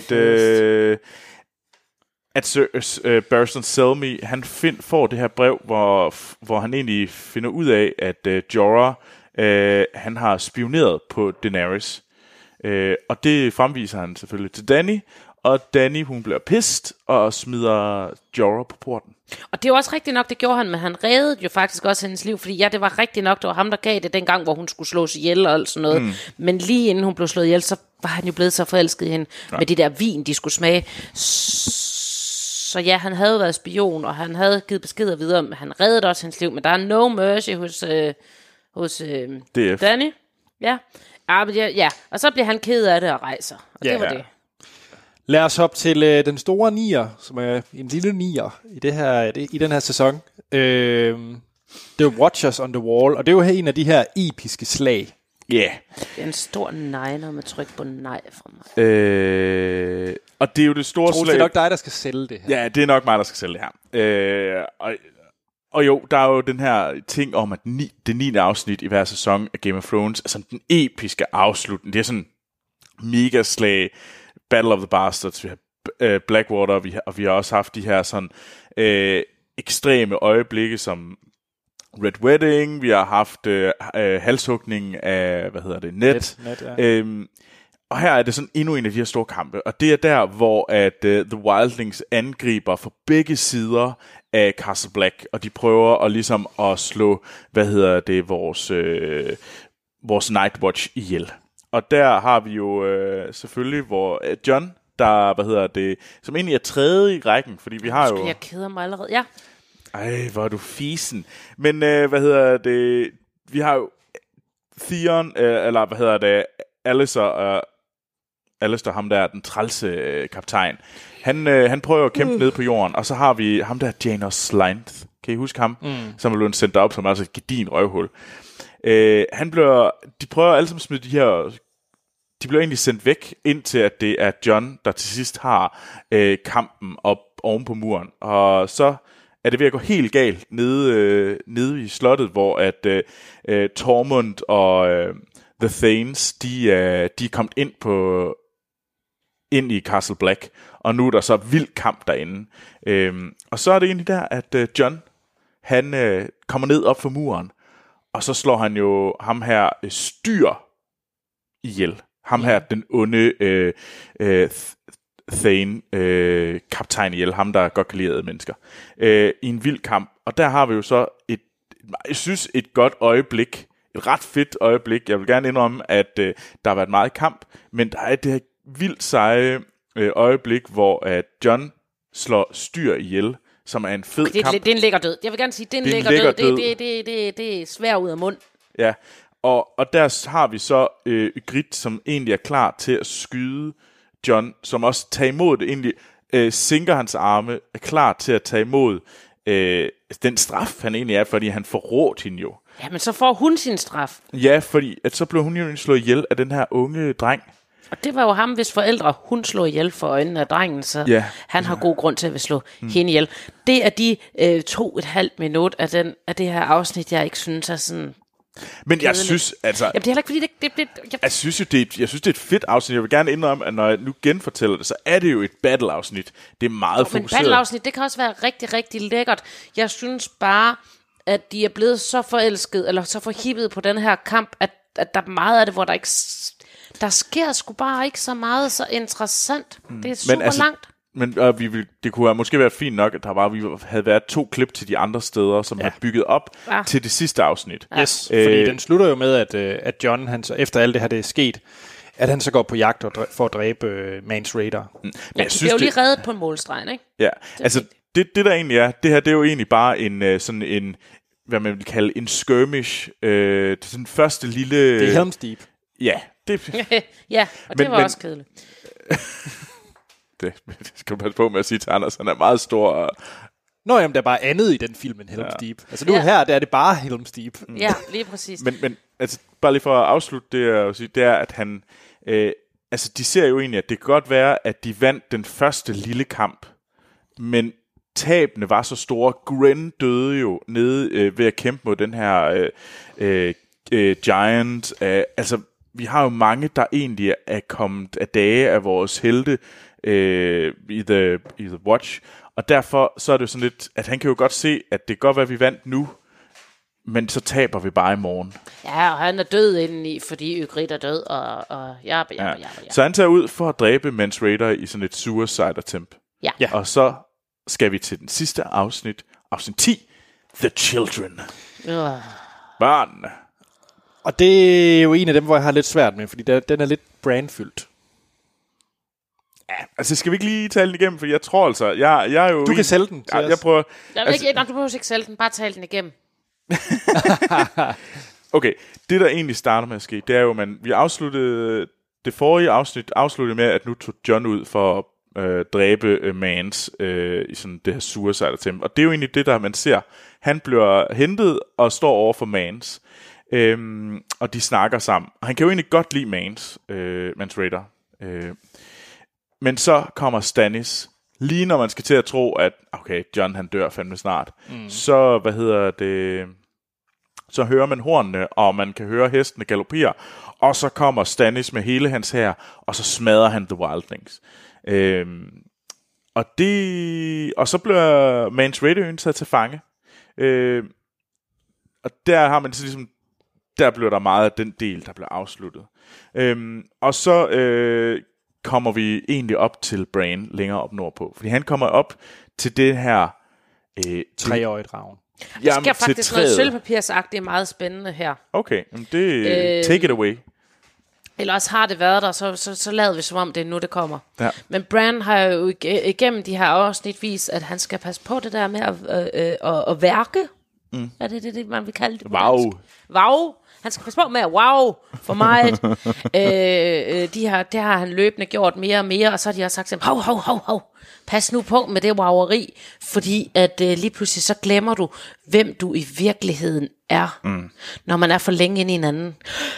at Sir Barristan Selmy, han får det her brev, hvor han egentlig finder ud af, at Jorah, han har spioneret på Daenerys. Og det fremviser han selvfølgelig til Dany, og Dany, hun bliver pissed og smider Jorah på porten. Og det er jo også rigtigt nok, det gjorde han, men han reddede jo faktisk også hendes liv, fordi det var rigtigt nok, det var ham, der gav det dengang, hvor hun skulle slås ihjel og alt sådan noget. Men lige inden hun blev slået ihjel, så var han jo blevet så forelsket i hende med det der vin, de skulle smage. Så ja, han havde været spion, og han havde givet beskeder videre, men han reddede også hendes liv, men der er no mercy hos Dany. Ja. Og så bliver han ked af det og rejser, og det var det. Lad os hoppe til den store nier, som er en lille nier i den her sæson. Det er Watchers on the Wall, og det er jo en af de her episke slag. Ja. Yeah. Det er en stor nejer med tryk på nej fra mig. Og det er jo det store slag. Det er nok dig, der skal sælge det her. Ja, det er nok mig, der skal sælge det her. Og jo, der er jo den her ting om, at det 9. afsnit i hver sæson af Game of Thrones er sådan den episke afslutning. Det er sådan mega slag. Battle of the Bastards, vi har Blackwater, og vi har også haft de her sådan ekstreme øjeblikke som Red Wedding, vi har haft halshugningen af, Ned. Ja. Og her er det sådan endnu en af de her store kampe, og det er der, hvor at The Wildlings angriber fra begge sider af Castle Black, og de prøver at ligesom at slå, vores Night Watch ihjel. Og der har vi jo selvfølgelig, hvor Jon, der, som egentlig er tredje i rækken, fordi vi har jo... Jeg keder mig allerede, ja. Ej, hvor er du fisen. Men, vi har jo Theon, Alistair, ham der, den trælse kaptajn. Han prøver at kæmpe ned på jorden, og så har vi ham der, Janos Slynt. Kan I huske ham? Som er blevet sendt op som altså et gedin røvhul. De prøver alle sammen at smide de her... De bliver egentlig sendt væk, indtil at det er Jon, der til sidst har kampen op oven på muren. Og så er det ved at gå helt galt nede i slottet, hvor at Tormund og The Thanes, de er kommet ind i Castle Black, og nu er der så vild kamp derinde. Og så er det egentlig der, at Jon, han kommer ned op for muren, og så slår han jo ham her Styr ihjel. Ham her, den onde Thane, kaptajn ihjel, ham der godt kan lide mennesker, i en vild kamp. Og der har vi jo så et godt øjeblik, et ret fedt øjeblik. Jeg vil gerne indrømme, at der har været meget kamp, men der er det her vildt seje øjeblik, hvor at Jon slår Styr ihjel, som er en fed kamp. Det er en lækker død. Jeg vil gerne sige, det er en lækker død. Det er svært ud af mund. Ja, og der har vi så Ygritte, som egentlig er klar til at skyde Jon, som også tager imod det, egentlig sænker hans arme, er klar til at tage imod den straf, han egentlig er, fordi han forrådt hende jo. Ja, men så får hun sin straf. Ja, fordi at så blev hun jo slået ihjel af den her unge dreng. Og det var jo ham, hvis forældre hun slog ihjel for øjnene af drengen, så han har god grund til at slå hende ihjel. Det er de 2,5 minut af det her afsnit, jeg ikke synes er sådan... Men jeg synes, altså... Jamen, det er heller ikke, fordi Jeg synes jo, det er et fedt afsnit. Jeg vil gerne indrømme, at når jeg nu genfortæller det, så er det jo et battle-afsnit. Det er meget fokuseret. Men battle-afsnit, det kan også være rigtig, rigtig lækkert. Jeg synes bare, at de er blevet så forelsket, eller så forhippet på den her kamp, at der er meget af det, hvor der ikke... Der sker sgu bare ikke så meget så interessant. Det er super langt. Men det kunne måske være fint nok, at vi havde været 2 klip til de andre steder, som havde bygget op til det sidste afsnit. Yes, fordi den slutter jo med, at Jon, han så, efter alt det her det er sket, at han så går på jagt for at dræbe Mance Rayder. Jeg synes, det er jo lige reddet på en målstreg, ikke? Ja, altså det der egentlig er, det her det er jo egentlig bare en sådan en, hvad man vil kalde en skirmish, den første lille... Det er Helm's Deep. Ja, ja, og det var også kedeligt. Det skal du passe på med at sige til Anders, han er meget stor. Nå, jamen, der er bare andet i den film end Helm's Deep. Altså nu her, der er det bare Helm's Deep. Ja, lige præcis. Men altså, bare lige for at afslutte det, jeg vil sige, det er, at han... altså, de ser jo egentlig, at det kan godt være, at de vandt den første lille kamp, men tabene var så store. Gren døde jo nede ved at kæmpe mod den her Giant. Altså, vi har jo mange, der egentlig er kommet af dage af vores helte i The Watch, og derfor så er det jo sådan lidt, at han kan jo godt se, at det kan godt være, at vi vandt nu, men så taber vi bare i morgen. Ja, og han er død indeni, fordi Ygritte er død, og ja. Så han tager ud for at dræbe Mance Rayder i sådan et suicide attempt. Ja. Og så skal vi til den sidste afsnit 10, The Children. Børnene. Og det er jo en af dem, hvor jeg har lidt svært med, fordi den er lidt brandfyldt. Ja, altså skal vi ikke lige tale den igennem, for jeg tror altså, jeg er jo... Du kan sælge den. Jeg prøver... du behøver ikke sælge den, bare tale den igennem. Okay, det der egentlig starter med at ske, det er jo, vi afsluttede det forrige afsnit med, at nu tog Jon ud for at dræbe Mance i sådan det her suicide attempt. Og det er jo egentlig det, der man ser. Han bliver hentet og står over for Mance. Og de snakker sammen. Og han kan jo egentlig godt lide Mance Rayder. Men så kommer Stannis, lige når man skal til at tro, at okay, Jon han dør fandme snart. Så, så hører man hornene, og man kan høre hestene galopere. Og så kommer Stannis med hele hans hær, og så smadrer han The Wildlings. Og så bliver Mance Rayder taget til fange. Og der har man så ligesom, der blev der meget af den del, der blev afsluttet. Og så kommer vi egentlig op til Bran længere op nordpå. Fordi han kommer op til det her... 3-årige dragen. Der sker faktisk noget sølvpapirsagtigt meget spændende her. Okay, take it away. Eller også har det været der, så lader vi som om det er nu, det kommer. Ja. Men Bran har jo igennem de her afsnit vist, at han skal passe på det der med at værke. Er det, man vil kalde det? Wow. Han skal passe på med at for mig. Det har han løbende gjort mere og mere, og så har de også sagt til ham, hov, pas nu på med det woweri, fordi at lige pludselig så glemmer du, hvem du i virkeligheden er, når man er for længe inde i hinanden.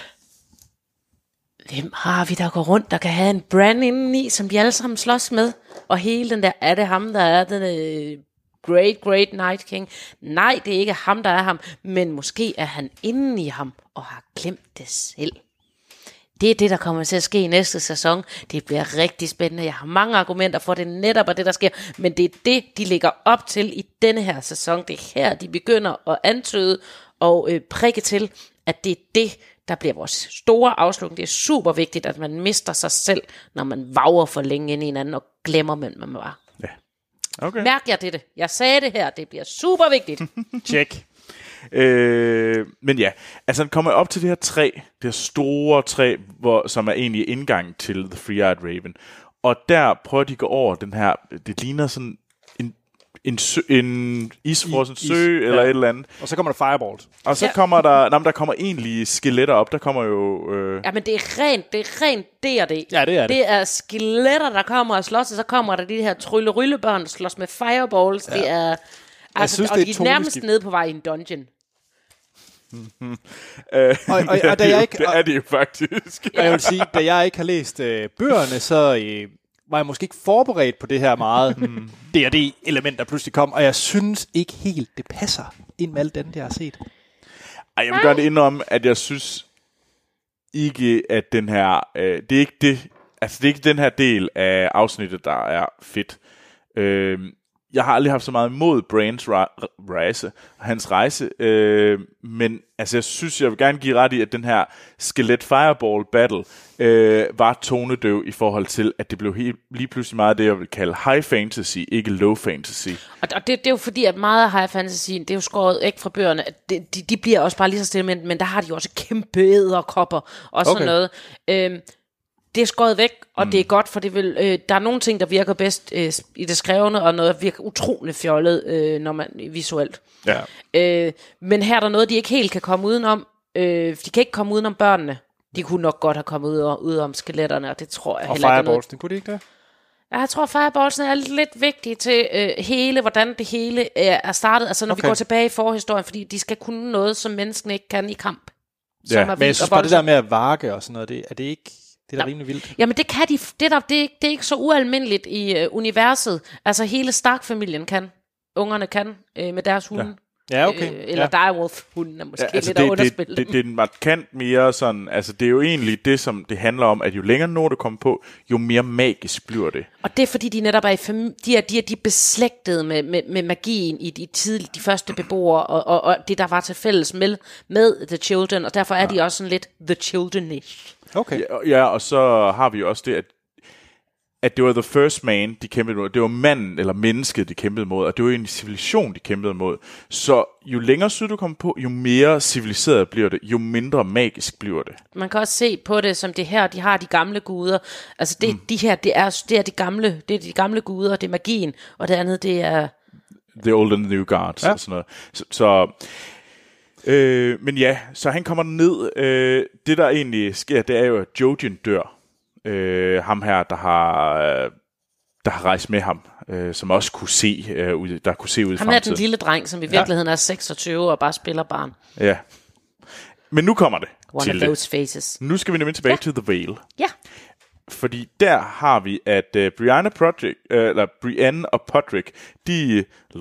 Hvem har vi, der går rundt, der kan have en Bran indeni, som de alle sammen slås med? Og hele den der, er det ham, der er den great Night King? Nej, det er ikke ham, der er ham, men måske er han inde i ham og har glemt det selv. Det er det, der kommer til at ske i næste sæson. Det bliver rigtig spændende. Jeg har mange argumenter for, det netop er det, der sker. Men det er det, de ligger op til i denne her sæson. Det er her, de begynder at antyde og prikke til, at det er det, der bliver vores store afslutning. Det er super vigtigt, at man mister sig selv, når man vager for længe ind i hinanden og glemmer, hvem man var. Ja. Okay. Mærk jer det. Jeg sagde det her. Det bliver super vigtigt. Check. Men ja, altså han kommer op til det her træ, det her store træ, som er egentlig indgangen til The Three-Eyed Raven. Og der prøver de at gå over den her, det ligner sådan en isfrossen sø eller et eller andet. Og så kommer der fireballs. Og så kommer der kommer egentlig skeletter op. Der kommer jo... Ja, men det er rent D&D. Ja, det er det. Det er skeletter, der kommer og slås, og så kommer der de her trylle-ryllebørn, der slås med fireballs. Ja. Det er... Altså, synes, og de er nærmest nede på vej i en dungeon. Og da jeg ikke, det er det jo faktisk. Og jeg vil sige, da jeg ikke har læst bøgerne, så var jeg måske ikke forberedt på det her meget D&D-element, der pludselig kom, og jeg synes ikke helt, det passer ind med alt det, jeg har set. Ej, jeg vil gerne indrømme, at jeg synes ikke, at den her... det er ikke det... Altså, det er ikke den her del af afsnittet, der er fedt. Jeg har aldrig haft så meget imod Brans hans rejse, men altså, jeg synes, jeg vil gerne give ret i, at den her Skelet Fireball Battle var tonedøv i forhold til, at det blev lige pludselig meget det, jeg vil kalde high fantasy, ikke low fantasy. Og det er jo fordi, at meget af high fantasy, det er jo skåret ikke fra bøgerne, de bliver også bare lige så stille, men der har de jo også kæmpe edderkopper og sådan noget. Det er skåret væk, og det er godt, for det vil, der er nogle ting, der virker bedst i det skrevne, og noget, der virker utroligt fjollet, når man visuelt. Ja. Men her er der noget, de ikke helt kan komme udenom. De kan ikke komme udenom børnene. De kunne nok godt have kommet ud om skeletterne, og det tror jeg heller ikke. Og fireballs, kunne de ikke det? Jeg tror, fireballsene er lidt vigtige til hvordan det hele er startet. Altså når vi går tilbage i forhistorien, fordi de skal kunne noget, som menneskene ikke kan i kamp. Ja, men jeg synes bare, det der med at varke og sådan noget, er det ikke... Det er da rimelig vildt. Jamen det kan de. Det er ikke så ualmindeligt i universet. Altså hele Stark-familien kan. Ungerne kan med deres hunde. Ja, okay. Eller direwolf-hunden er måske altså lidt at underspille. Det er markant mere sådan, altså det er jo egentlig det, som det handler om, at jo længere når du kommer på, jo mere magisk bliver det. Og det er fordi, de netop er de er beslægtede med magien i de første beboere, og det, der var til fælles med The Children, og derfor er de også sådan lidt The Children-ish. Okay. Ja, og så har vi også det, at det var the first man, de kæmpede mod. Det var manden eller mennesket, de kæmpede mod, og det var en civilisation, de kæmpede mod. Så jo længere syd du kommer på, jo mere civiliseret bliver det, jo mindre magisk bliver det. Man kan også se på det som det her, de har de gamle guder. Altså de her, det er de gamle guder, det er magien, og det andet, det er... The old and the new gods, og sådan noget. Men ja, så han kommer ned. Det der egentlig sker, det er jo, at Jojen dør. Ham her, der har rejst med ham, som også kunne se ud i fremtiden. Han er den lille dreng, som i virkeligheden er 26 og bare spiller barn. Ja. Men nu kommer det. One of those faces. Nu skal vi nemlig tilbage til The Vale. Ja. Fordi der har vi, at Brienne og Podrick, de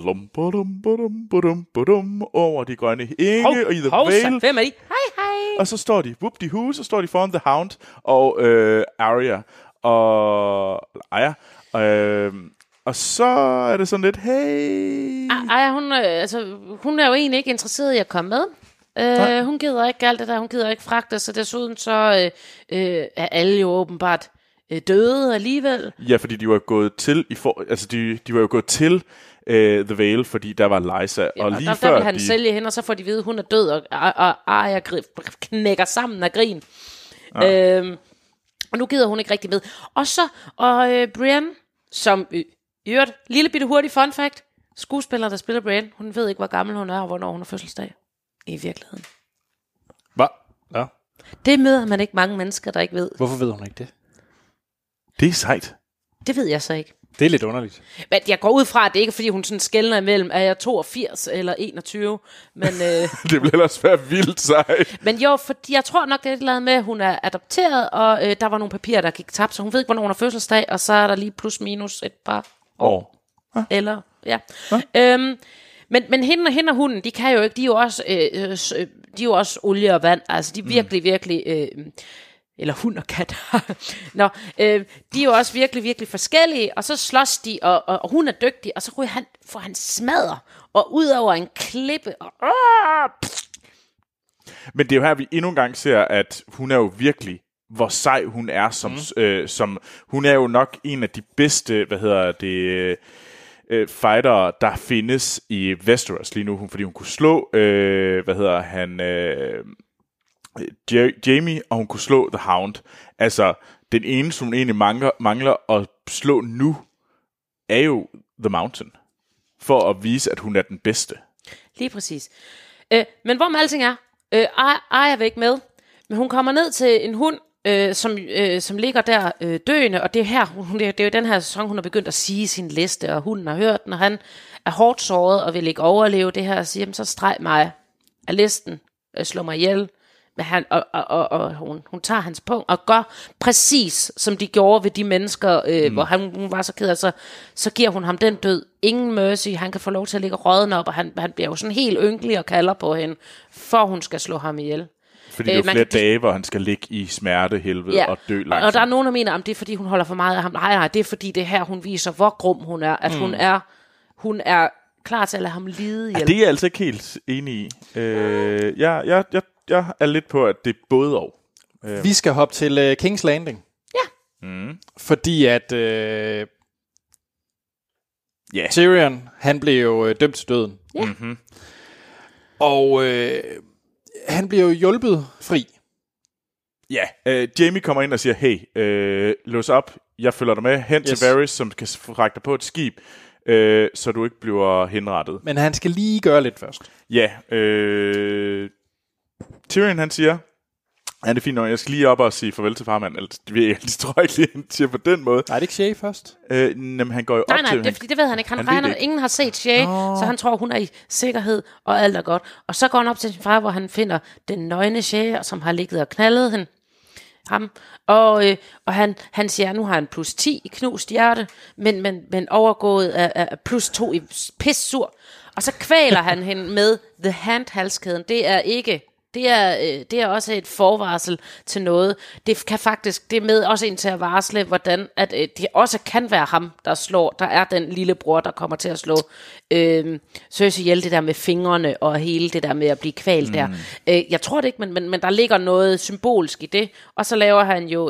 over de grønne enge og i The Vale. Hvem er de? Hej. Og så står de, så står de foran The Hound og Arya og Arya. Og så er det sådan lidt, hey... Arya, hun er jo egentlig ikke interesseret i at komme med. Hun gider ikke alt det der, hun gider ikke fragte, så desuden så er alle jo åbenbart døde alligevel. Ja, fordi de var gået til, de var jo gået til The Vale, fordi der var Lysa. Ja, og lige der vil han sælge hende, og så får de vide, at hun er død, og Arya knækker sammen af grin. Ja. Og nu gider hun ikke rigtig med. Og Brienne, som øvrigt, lille bitte hurtig fun fact, skuespiller, der spiller Brienne, hun ved ikke, hvor gammel hun er, og hvornår hun har fødselsdag. I virkeligheden. Hvad? Ja. Det møder man ikke mange mennesker, der ikke ved. Hvorfor ved hun ikke det? Det er sejt. Det ved jeg så ikke. Det er lidt underligt. Men jeg går ud fra, at det ikke er, fordi hun sådan skelner imellem, er jeg 82 eller 21. Men, det bliver ellers være vildt sejt. Men jo, fordi jeg tror nok, det er lavet med, at hun er adopteret, og der var nogle papirer, der gik tabt, så hun ved ikke, hvornår hun har fødselsdag, og så er der lige plus minus et par år. Eller, ja. Men hende og hunden, de kan jo ikke, de er jo også olie og vand, altså de er virkelig, eller hund og kat. De er jo også virkelig forskellige, og så slås de, og hun er dygtig, og så får han smadre, og ud over en klippe, og Men det er jo her, vi endnu en gang ser, at hun er jo virkelig, hvor sej hun er, som hun er jo nok en af de bedste, fightere, der findes i Westeros lige nu, fordi hun kunne slå, Jaime, og hun kunne slå The Hound. Altså, den eneste, hun egentlig mangler at slå nu, er jo The Mountain, for at vise, at hun er den bedste. Lige præcis. Men hvor med alting er, Arya er væk med, men hun kommer ned til en hund, som ligger der døende, og det er her, det er jo den her sæson, hun har begyndt at sige sin liste, og hunden har hørt den, og han er hårdt såret og vil ikke overleve det her, og siger, så streg mig af listen, slå mig ihjel. Men hun tager hans punkt og gør præcis som de gjorde ved de mennesker, hvor hun var så ked af, så giver hun ham den død. Ingen mercy, han kan få lov til at ligge råden op, og han bliver jo sådan helt ynkelig og kalder på hende, for hun skal slå ham ihjel. Fordi det er flere dage, hvor han skal ligge i smerte, helvede og dø langsomt. Og der er nogen, der mener, om det er fordi hun holder for meget af ham. Nej, det er fordi det her, hun viser, hvor grum hun er, at hun er klar til at lade ham lide ihjel. Ja, det er jeg altså ikke helt enig i. Jeg er lidt på, at det er både og. Vi skal hoppe til King's Landing. Ja. Fordi at Tyrion, han blev jo dømt til døden. Ja. Og han bliver jo hjulpet fri. Ja, Jaime kommer ind og siger, hey, lås op, jeg følger dig med hen til Varys, som kan fragte dig på et skib, så du ikke bliver henrettet. Men han skal lige gøre lidt først. Ja, Tyrion han siger, det er fint nok, jeg skal lige op og sige farvel til farmand. Altså, det tror jeg ikke lige, han siger på den måde. Nej, det er ikke Shay først? Jamen, han går jo op til... Nej, det ved han ikke. Han regner, ingen har set Shay, så han tror, hun er i sikkerhed, og alt er godt. Og så går han op til sin far, hvor han finder den nøgne Shay, som har ligget og knaldet ham. Og han siger, nu har han plus 10 i knust hjerte, men overgået af plus 2 i pissur. Og så kvæler han hende med The Hand-halskæden. Det er også et forvarsel til noget. Det kan faktisk, det er med også ind til at varsle, hvordan at det også kan være ham, der slår. Der er den lille bror, der kommer til at slå Cersei ihjel, det der med fingrene og hele det der med at blive kvalt der. Jeg tror det ikke, men der ligger noget symbolsk i det. Og så laver han jo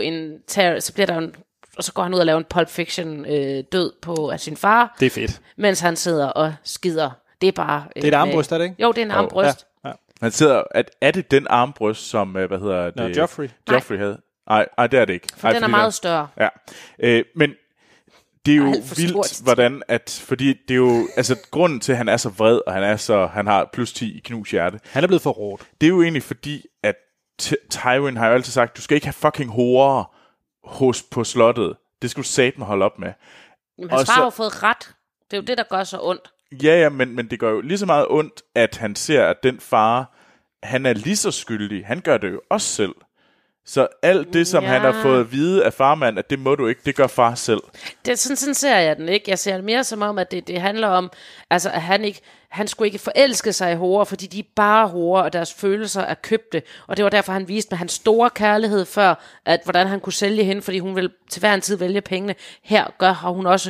og så går han ud og laver en Pulp Fiction død af sin far. Det er fedt. Mens han sidder og skider. Det er bare... det er et armbrøst, er det ikke? Jo, det er en armbrøst. Ja. Han sidder... Er det den armbrøst, som... Joffrey havde? Nej, det er det ikke. For den er meget større. Ja. Men det er jo vildt, hvordan... Fordi det er jo... Altså, grunden til, at han er så vred, og han har plus 10 i knus hjerte. Han er blevet for råd. Det er jo egentlig fordi, at Tywin har jo altid sagt, du skal ikke have fucking horer på slottet. Det skal du satme holde op med. Jamen, hans far har jo fået ret. Det er jo det, der gør så ondt. Ja, men det gør jo lige så meget ondt, at han ser, at den far, han er lige så skyldig. Han gør det jo også selv. Så alt det, som han har fået at vide af farmand, at det må du ikke, det gør far selv. Sådan ser jeg den ikke. Jeg ser det mere som om, at det handler om, altså, at han skulle ikke forelske sig i horer, fordi de er bare horer, og deres følelser er købte. Og det var derfor, han viste med hans store kærlighed før, at hvordan han kunne sælge hende, fordi hun ville til hver en tid vælge pengene. Her har hun også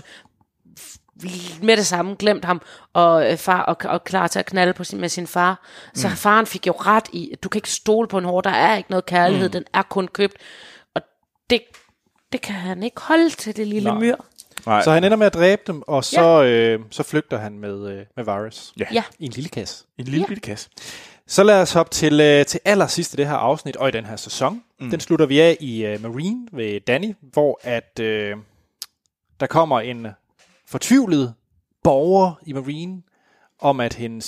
med det samme glemt ham og far og klar til at knalde med sin far. Så faren fik jo ret i, at du kan ikke stole på en hår, der er ikke noget kærlighed, den er kun købt. Og det kan han ikke holde til, det lille myr. Nej. Så han ender med at dræbe dem, og så flygter han med Varys i en lille kasse. En lille bitte kasse. Så lad os hoppe til allersidst i det her afsnit, og i den her sæson. Den slutter vi af i Marine ved Dany, hvor at der kommer en fortvivlet borger i Marine om, at hendes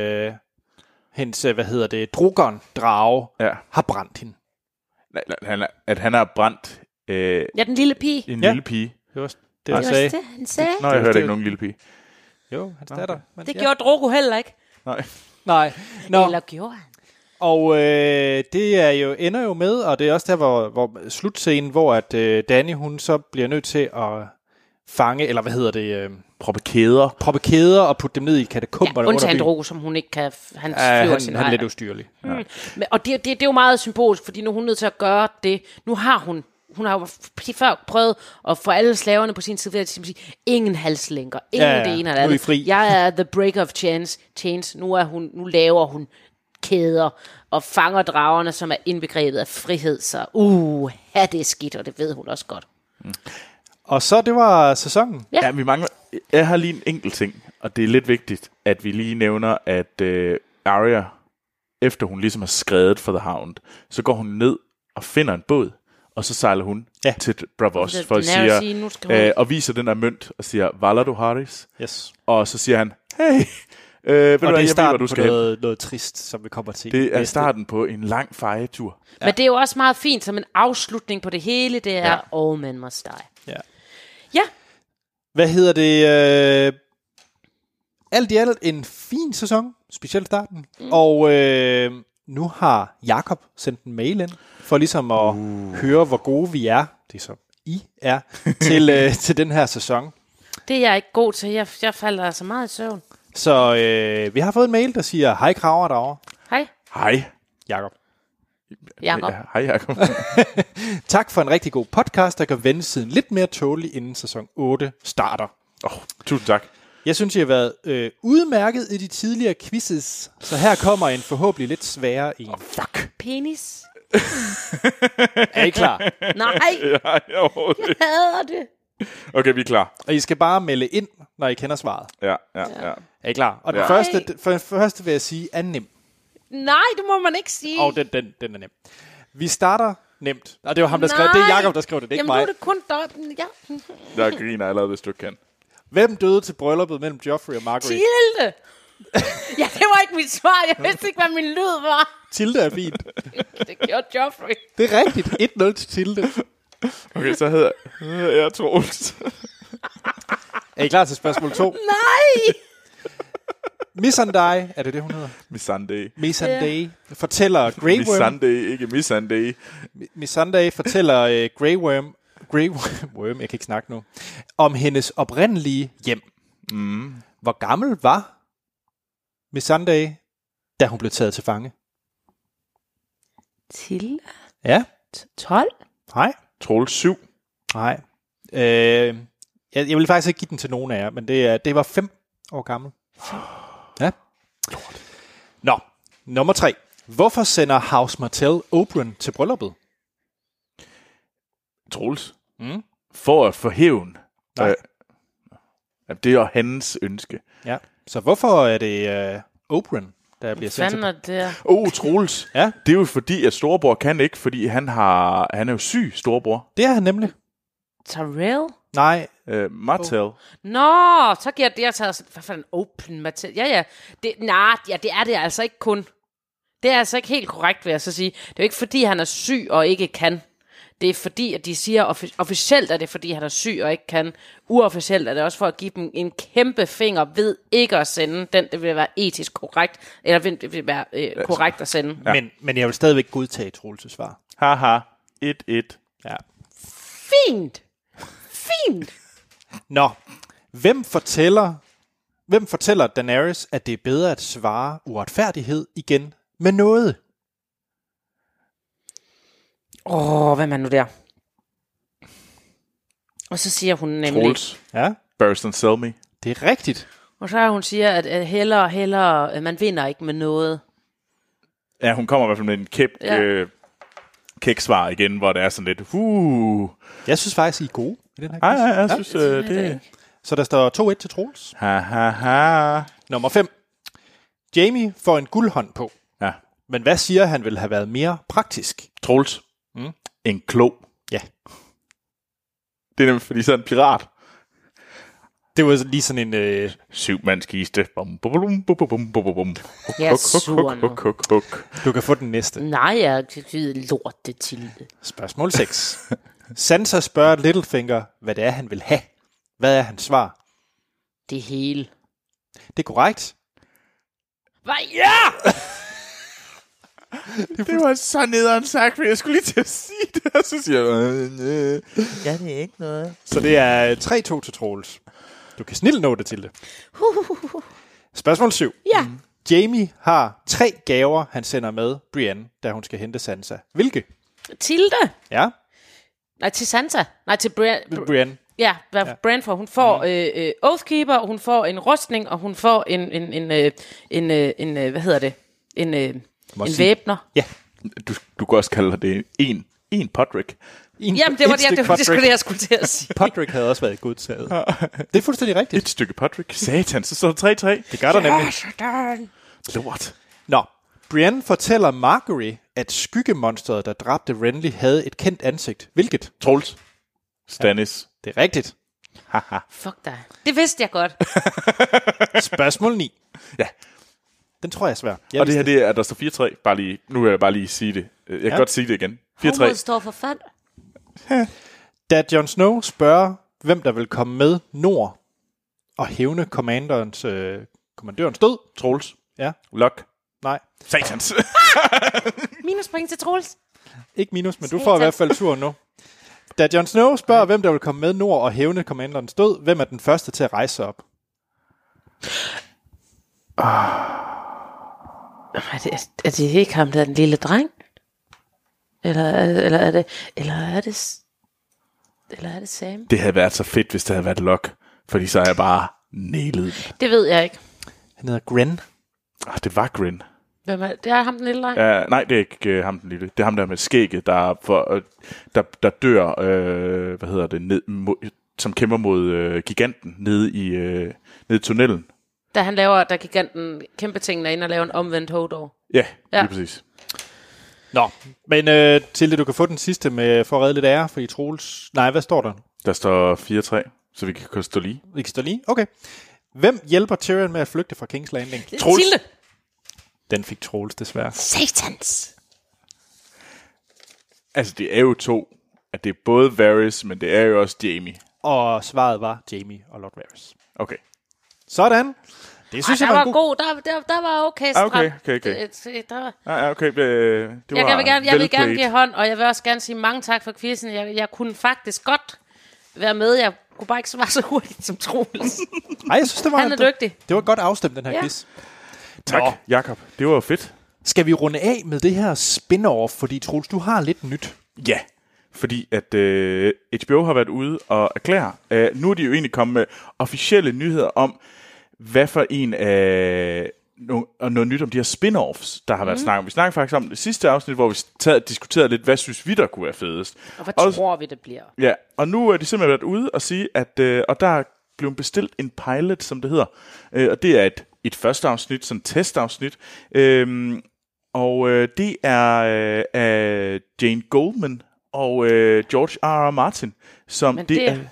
Drogon-drage har brændt hende. At han har brændt... den lille pige. En lille pige. Det var det, han sagde. Nå, jeg hørte ikke nogen lille pige. Jo, hans datter. Men, det gjorde Drogo heller ikke. Nej. Eller gjorde han? Og det er jo, ender jo med, og det er også der, hvor slutscenen, hvor at Dany, hun så bliver nødt til at fange, eller proppe kæder og putte dem ned i katakomberne. Ja, undtagen Drogo, som hun ikke kan... Han er lidt ustyrlig. Og det er jo meget symbolisk, fordi nu er hun nødt til at gøre det. Nu har hun har jo før prøvet at få alle slaverne på sin side ved at sige, ingen halslænker, ingen det ene eller andet. Jeg er the breaker of chains. Nu laver hun kæder og fanger dragerne, som er indbegrebet af frihed. Så det er skidt, og det ved hun også godt. Og så det var sæsonen. Ja. Ja, vi mangler... Jeg har lige en enkelt ting, og det er lidt vigtigt, at vi lige nævner, at Arya, efter hun ligesom har skredet for The Hound, så går hun ned og finder en båd, og så sejler hun til Braavos for at sige, og viser den der mønt og siger, Valar Dohaeris. Yes. Og så siger han, hey, ved du hvad, jeg ved, hvor du skal hen. Noget trist, som vi kommer til. Det er starten på en lang fejetur. Men det er jo også meget fint som en afslutning på det hele. Det er All Men Must Die. Ja. Hvad hedder det? Alt i alt en fin sæson, specielt starten. Og nu har Jakob sendt en mail ind, for ligesom at høre, hvor gode vi er, det som I er, til den her sæson. Det er jeg ikke god til. Jeg falder altså meget i søvn. Så vi har fået en mail, der siger, hej kraver derovre. Hej. Hej. Jakob. Jakob. Ja, hej Jakob. Tak for en rigtig god podcast, der kan vende siden lidt mere tålig, inden sæson 8 starter. Tusind tak. Jeg synes, I har været udmærket i de tidligere quizzes, så her kommer en forhåbentlig lidt sværere en. Fuck. Penis. Er I klar? Nej, Jeg jeg hader det. Okay, vi er klar. Og I skal bare melde ind, når I kender svaret. Ja. Er I klar? Og den første vil jeg sige, er nem. Nej, det må man ikke sige. Og den er nem. Vi starter nemt. Og det var ham, der skrev det. Det er Jakob, der skrev det, det er ikke mig. Jamen, nu er det kun dig. Ja. Der griner allerede, hvis du kan. Hvem døde til brylluppet mellem Joffrey og Margaery? Tilde. Ja, det var ikke mit svar. Jeg vidste ikke, hvad min lyd var. Tilde er fint. Det gjorde Joffrey. Det er rigtigt. 1-0 til Tilde. Okay, så hedder jeg Troels. Er I klar til spørgsmål 2? Nej. Missandei, er det hun hedder? Missandei fortæller Grey Worm. Missandei, ikke Missandei. Missandei fortæller Grey Worm, jeg kan ikke snakke nu, om hendes oprindelige hjem. Hvor gammel var Missandei, da hun blev taget til fange? Tilde? Ja. 12? Nej. Troels 7. Nej. Jeg vil faktisk ikke give den til nogen af jer, men det var 5 år gammel. Ja. Nå, nummer 3. Hvorfor sender House Martell Oberyn til brylluppet? Troels. For at få hævn. Det er jo hans ønske. Ja. Så hvorfor er det Oberyn, der bliver sendt til? Troels. Ja. Det er jo fordi, at storebror kan ikke, fordi han er jo syg, storebror. Det er han nemlig. Tyrell? Nej. Martell. Nå, så giver det taget... Hvad for en Open Martell? Ja. Det er det altså ikke kun. Det er altså ikke helt korrekt, vil jeg så sige. Det er jo ikke fordi, han er syg og ikke kan. Det er fordi, at de siger, officielt er det fordi, han er syg og ikke kan. Uofficielt er det også for at give dem en kæmpe finger ved ikke at sende den. Det vil være etisk korrekt. Eller det vil være korrekt at sende. Ja. Men jeg vil stadigvæk godtage Troels' svar. Haha. 1-1. Ja. Fint. Nå. Hvem fortæller Daenerys, at det er bedre at svare uretfærdighed igen med noget? Hvem er nu der? Og så siger hun nemlig... Troels. Ja. Barristan Selmy. Det er rigtigt. Og så hun siger, at hellere, man vinder ikke med noget. Ja, hun kommer i hvert fald med en kæksvar igen, hvor det er sådan lidt... Jeg synes faktisk, I er gode i den her quiz. Ja, jeg synes, det... Så der står 2-1 til Troels. Ha. Nummer 5. Jaime får en guldhånd på. Ja. Men hvad siger han ville have været mere praktisk? Troels. En klo. Ja. Det er nemlig, fordi så er en pirat. Det var lige sådan en... 7-mandskiste. Jeg er sur nu. Du kan få den næste. Nej, jeg gider lort det til det. Spørgsmål 6. Sansa spørger Littlefinger, hvad det er, han vil have. Hvad er hans svar? Det hele. Det er korrekt. Hvad? Ja! Det var så nederen sagt, for jeg skulle lige til at sige det, og så siger jeg... Ja, det er ikke noget. Så det er 3-2 til Troels. Du kan snilt nå det til det. Spørgsmål 7. Ja. Jaime har 3 gaver, han sender med Brienne, da hun skal hente Sansa. Hvilke? Tilde? Ja. Nej, til Sansa. Nej, til Brienne. Ja, Brienne får. Hun får Oathkeeper, hun får en rustning, og hun får en hvad hedder det? En væbner. Ja. Du kan også kalde det en Podrick. Jamen, det var det, jeg skulle til at sige. Podrick havde også været godtaget. Det er fuldstændig rigtigt. Et stykke Podrick. Satan, så står der 3-3. Det gør der nemlig. Lort. Nå, Brienne fortæller Margaery, at skyggemonstret, der dræbte Renly, havde et kendt ansigt. Hvilket? Troels. Stannis. Ja, det er rigtigt. Fuck dig. Det vidste jeg godt. Spørgsmål 9. Ja. Den tror jeg er svær. Og det her, det er, at der står 4-3. Nu vil jeg bare lige sige det. Jeg kan godt sige det igen. 4-3. Hovedet står for fald. Da Jon Snow spørger, hvem der vil komme med nord og hævne kommandørens død. Troels. Ja. Lock. Nej. Satans. Minuspoint til Troels. Ikke minus, men du får i hvert fald turen nu. Da Jon Snow spørger, hvem der vil komme med nord og hævne kommanderens død, hvem er den første til at rejse sig op? Er det ikke ham, der er den lille dreng? Eller er det Sam? Det havde været så fedt, hvis det havde været Lock. Fordi så er jeg bare nailet. Det ved jeg ikke. Han hedder Gren. Det var Gren. Hvem er det? Det er ham den lille dreng? Nej, det er ikke ham den lille. Det er ham der med skægget, der dør, som kæmper mod giganten nede i tunnelen. Da giganten kæmpe tingene ind og laver en omvendt Hodor. Ja, lige præcis. Nå, men Tilde, du kan få den sidste for at redde lidt ære, fordi Troels... Nej, hvad står der? Der står 4-3, så vi kan stå lige. Vi kan stå lige? Okay. Hvem hjælper Tyrion med at flygte fra King's Landing? Troels. Tilde. Den fik Troels desværre. Satans. Altså, det er jo to. At det er både Varys, men det er jo også Jaime. Og svaret var Jaime og Lord Varys. Okay. Sådan. Det synes jeg var god. Der var okay stramt. Okay. Jeg vil gerne give hånd, og jeg vil også gerne sige mange tak for quizzen. Jeg kunne faktisk godt være med. Jeg kunne bare ikke svare så hurtigt som Troels. Ej, jeg synes, det var... Han er dygtig. Det var godt afstemt, den her quiz. Tak, Jakob. Det var fedt. Skal vi runde af med det her spin-off? Fordi, Troels, du har lidt nyt. Ja, fordi at HBO har været ude og erklære. Nu er de jo egentlig kommet med officielle nyheder om, hvad for en af noget nyt om de her spin-offs, der har været snakket om. Vi snakkede faktisk om det sidste afsnit, hvor vi diskuterede lidt, hvad synes vi, der kunne være fedest. Og hvad tror vi, det bliver? Ja, og nu er de simpelthen været ude og sige, at og der er blevet bestilt en pilot, som det hedder. Og det er et første afsnit, sådan et testafsnit. Og det er af Jane Goldman og George R. R. Martin, som det er.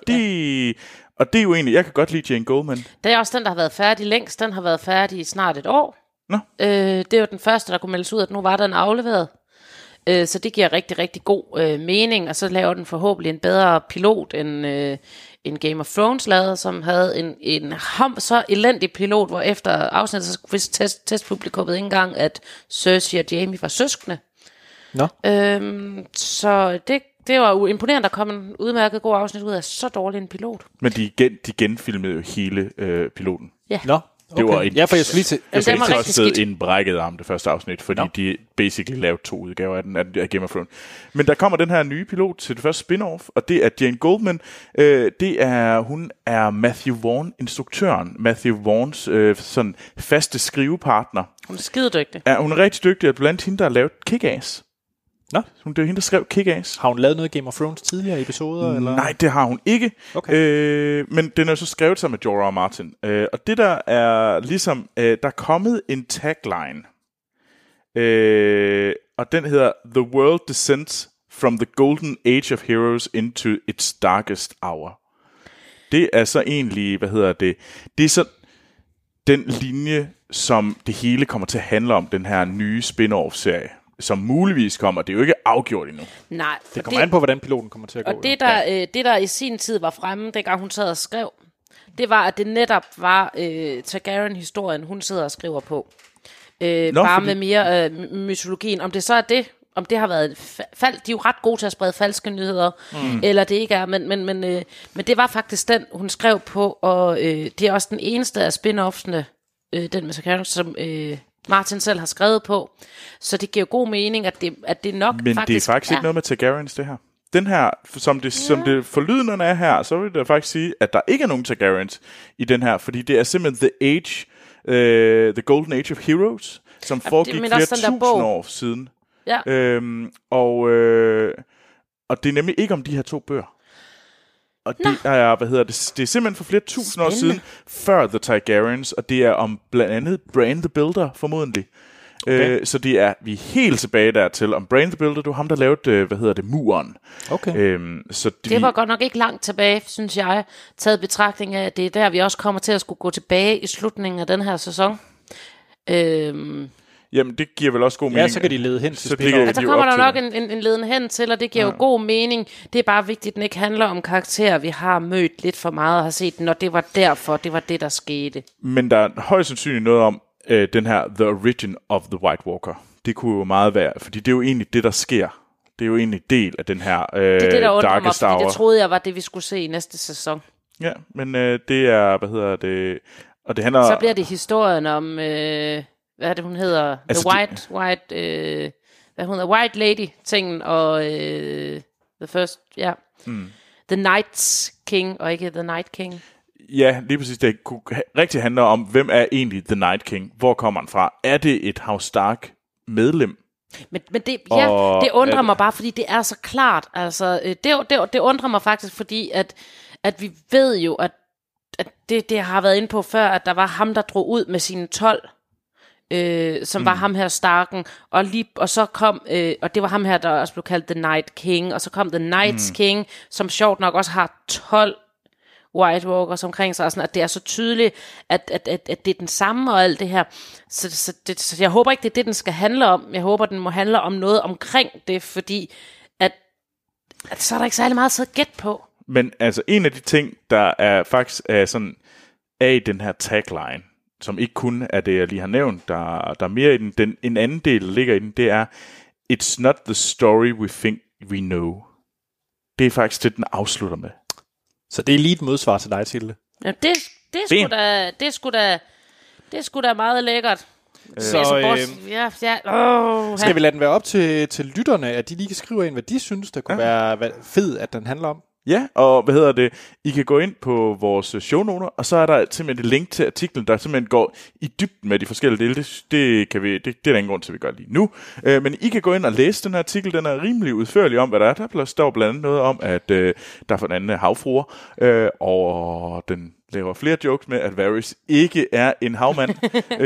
Og det er jo egentlig, jeg kan godt lide Jane Goldman. Det er også den, der har været færdig længst. Den har været færdig i snart et år. Nå. Det er jo den første, der kunne meldes ud, at nu var den afleveret. Så det giver rigtig, rigtig god mening. Og så laver den forhåbentlig en bedre pilot end Game of Thrones lavede, som havde en så elendig pilot, hvor efter afsnittet, så skulle testpublikummet ikke engang, at Cersei og Jaime var søskende. Nå. Så det var jo imponerende, at der kom en udmærket god afsnit ud af så dårlig en pilot. Men de genfilmede jo hele piloten. Ja. Nå. Det var ja, for jeg skulle lige til... Altså, det var rigtig skidt. En brækket arm, det første afsnit, fordi de basically lavede 2 udgaver af Game of Thrones. Men der kommer den her nye pilot til det første spin-off, og det er Jane Goldman. Hun er Matthew Vaughn, instruktøren. Matthew Vaughns sådan faste skrivepartner. Hun er skidedygtig. Ja, hun er rigtig dygtig, og blandt hende, der har lavet Kick-Ass. Nå. Det er hende, der skrev Kick-Ass. Har hun lavet noget Game of Thrones tidligere episoder? Eller? Nej, det har hun ikke. Okay. Men den er så skrevet sammen med George R. Martin. Og det der er ligesom, der er kommet en tagline. Og den hedder The world descends from the golden age of heroes into its darkest hour. Det er så egentlig, det er så den linje, som det hele kommer til at handle om, den her nye spin-off-serie, som muligvis kommer. Det er jo ikke afgjort endnu. Nej. Det kommer an på, hvordan piloten kommer til at gå. Og det der i sin tid var fremme, dengang hun sad og skrev, det var, at det netop var Targaryen-historien, hun sidder og skriver på. Bare med mere mytologien. Om det så er det, om det har været fald, de er jo ret gode til at sprede falske nyheder, eller det ikke er, men det var faktisk den, hun skrev på, og det er også den eneste af spin-offsene, den med Targaryen, som Martin selv har skrevet på, så det giver god mening, at det nok men faktisk det er faktisk ikke noget med Targaryens, det her. Den her, som det forlydende er her, så vil jeg faktisk sige, at der ikke er nogen Targaryens i den her, fordi det er simpelthen The Golden Age of Heroes. som foregik flere tusind år siden. Ja. Og det er nemlig ikke om de her 2 bøger. Og det er, det er simpelthen for flere tusind år siden, før The Targaryens, og det er om blandt andet Bran the Builder, formodentlig. Okay. Så vi er helt tilbage dertil om Bran the Builder. Du er ham, der lavede, Muren. Okay. Det var godt nok ikke langt tilbage, synes jeg, taget betragtning af, at det er der, vi også kommer til at skulle gå tilbage i slutningen af den her sæson. Jamen, det giver vel også god mening. Ja, så kan de lede hen til spil. Altså, der kommer der nok en leden hen til, og det giver jo god mening. Det er bare vigtigt, at den ikke handler om karakterer, vi har mødt lidt for meget og har set, når det var derfor, det var det, der skete. Men der er højst sandsynligt noget om den her The Origin of the White Walker. Det kunne jo meget være, fordi det er jo egentlig det, der sker. Det er jo egentlig del af den her det er det, der undrer mig, fordi det troede jeg var det, vi skulle se i næste sæson. Ja, men det er, og det handler... Så bliver det historien om... hvad er det, hun hedder? Altså White Lady-tingen, og The First, The Night's King, og ikke The Night King. Ja, lige præcis. Det kunne rigtig handle om, hvem er egentlig The Night King? Hvor kommer han fra? Er det et House Stark medlem? Men det undrer mig bare, fordi det er så klart. Altså, det undrer mig faktisk, fordi at vi ved jo, at det har været inde på før, at der var ham, der drog ud med sine 12, som var ham her Starken, og så kom, og det var ham her, der også blev kaldt The Night King, og så kom The Night's King, som sjovt nok også har 12 White Walkers omkring sig, og sådan, at det er så tydeligt, at det er den samme og alt det her. Så jeg håber ikke, det er det, den skal handle om. Jeg håber, den må handle om noget omkring det, fordi at så er der ikke særlig meget at gætte på. Men altså, en af de ting, der er faktisk sådan af den her tagline, som ikke kun er det, jeg lige har nævnt, der er mere i den. En anden del, der ligger i den, det er, it's not the story we think we know. Det er faktisk det, den afslutter med. Så det er lige et modsvar til dig, Tilde. Ja, det er sgu da meget lækkert. Så skal vi lade den være op til lytterne, at de lige kan skrive ind, hvad de synes, der kunne være fed, at den handler om? Ja, og I kan gå ind på vores shownoter, og så er der simpelthen et link til artiklen, der simpelthen går i dybden med de forskellige dele. Det er der ingen grund til, at vi gør lige nu. Men I kan gå ind og læse den her artikel. Den er rimelig udførlig om, hvad der er. Der står blandt andet noget om, at der er for den anden havfruer, og den laver flere jokes med, at Varys ikke er en havmand.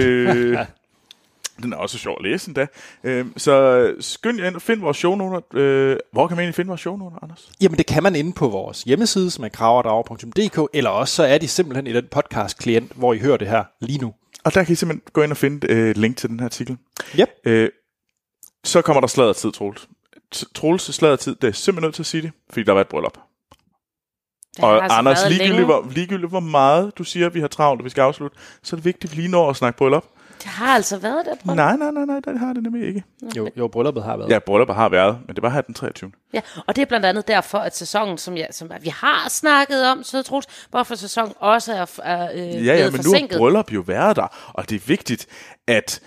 Den er også sjov at læse endda. Så skynd jer ind og find vores shownoter. Hvor kan man egentlig finde vores shownoter, Anders? Jamen det kan man inde på vores hjemmeside, som er kraverdrager.dk, eller også så er de simpelthen i den podcast-klient, hvor I hører det her lige nu. Og der kan I simpelthen gå ind og finde et link til den her artikel. Yep. Så kommer der sladdertid, Troels. Troels sladdertid, det er simpelthen nødt til at sige det, fordi der var et bryllup. Og altså Anders, ligegyldigt hvor meget du siger, at vi har travlt, og vi skal afslutte, så er det vigtigt, at vi lige når at snakke bryllup. Det har altså været det, bryllup? Nej, det har det nemlig ikke. Jo, brylluppet har været. Ja, brylluppet har været, men det var her den 23. Ja, og det er blandt andet derfor, at sæsonen, som vi har snakket om, så Troels, hvorfor sæsonen også er men forsinket. Nu har bryllup jo været der, og det er vigtigt, at,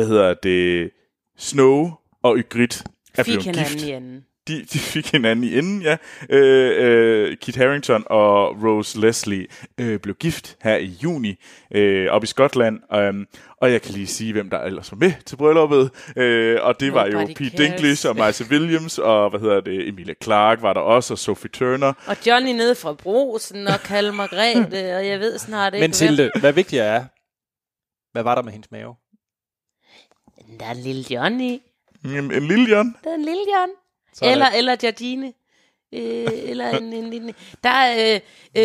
Snow og Ygritte er blevet gift. De fik hinanden i enden, ja. Kit Harington og Rose Leslie blev gift her i juni op i Skotland. Og jeg kan lige sige, hvem der ellers var med til brylluppet. Og det var jo Pete Dinklage og Maisie Williams, og Emilia Clarke var der også, og Sophie Turner. Og Johnny nede fra Brosen og Kalle Margrethe, og jeg ved snart ikke. Men Tilde, hvad vigtigt er, hvad var der med hendes mave? Der er en lille Johnny. En lille John? Der er en lille John. Eller Jardine. Eller en der er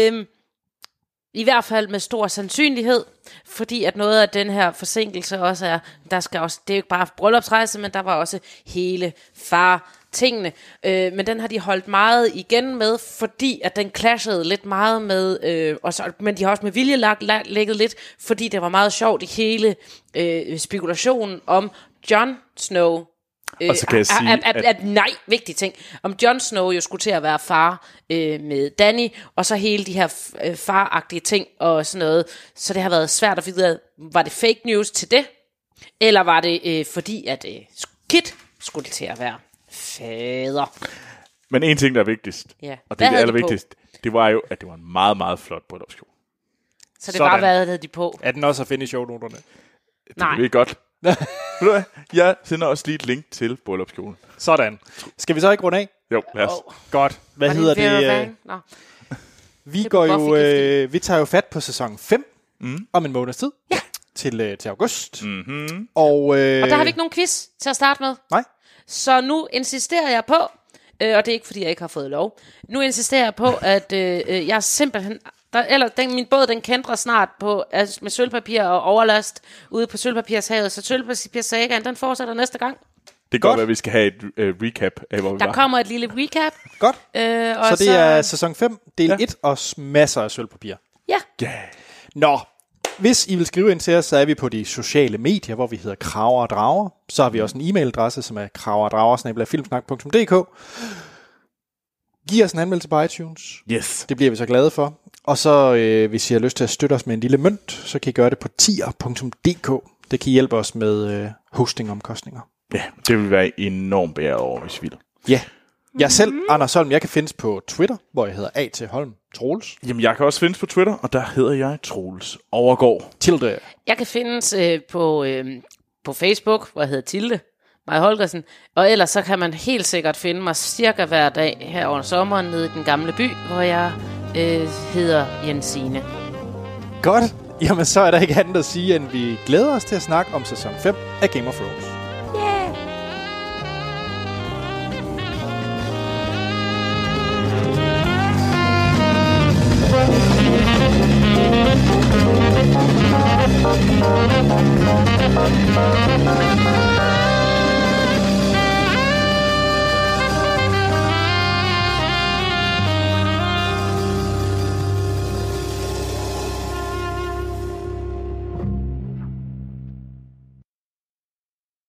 i hvert fald med stor sandsynlighed, fordi at noget af den her forsinkelse også er, der skal også, det er jo ikke bare bryllupsrejse, men der var også hele far-tingene. Men den har de holdt meget igen med, fordi at den clashede lidt meget med, men de har også med vilje lægget lidt, fordi det var meget sjovt i hele spekulationen om Jon Snow. Og så kan jeg sige, vigtig ting. Om Jon Snow jo skulle til at være far med Dany, og så hele de her faragtige ting og sådan noget. Så det har været svært at vide, var det fake news til det? Eller var det fordi, at Kit skulle til at være fader? Men en ting, der er vigtigst, og det er det allervigtigste, det var jo, at det var en meget, meget flot bryllupskjole. Så det var, hvad havde de på? Er den også at finde i shownoterne? Det er godt. Ved du hvad? Jeg sender også lige et link til bryllupskjolen. Sådan. Skal vi så ikke runde af? Jo, lad os. Godt. Hvad hedder det? Vi går jo, vi tager jo fat på sæson 5 om en måneds tid. Ja. Til august. Mm-hmm. Og der har vi ikke nogen quiz til at starte med. Nej. Så nu insisterer jeg på, og det er ikke fordi jeg ikke har fået lov. Nu insisterer jeg på, at jeg simpelthen min båd den kæntrer snart på med sølvpapir og overlast ude på Sølvpapirshavet, så Sølvpapirsagaen den fortsætter næste gang. Det kan godt være, at vi skal have et recap af, hvor vi Der kommer et lille recap. Godt. Så det er sæson 5, del 1 og masser af sølvpapir. Ja. Yeah. Nå, hvis I vil skrive ind til os, så er vi på de sociale medier, hvor vi hedder Krager og Drager. Så har vi også en e-mailadresse, som er kragerdrager@filmsnak.dk. Giv os en anmeldelse på iTunes. Yes. Det bliver vi så glade for. Og så hvis I har lyst til at støtte os med en lille mønt, så kan I gøre det på tier.dk. Det kan hjælpe os med hostingomkostninger. Ja, det vil være enormt bedre over, hvis vi vil. Ja. Jeg selv, Anders Holm, jeg kan findes på Twitter, hvor jeg hedder A.T. Holm Troels. Jamen, jeg kan også findes på Twitter, og der hedder jeg Troels Overgaard. Tilde. Jeg kan findes på Facebook, hvor jeg hedder Tilde Maja Holgersen. Og ellers så kan man helt sikkert finde mig cirka hver dag her over sommeren nede i den gamle by, hvor jeg hedder Jensine. Godt. Jamen, så er der ikke andet at sige, end vi glæder os til at snakke om sæson 5 af Game of Thrones.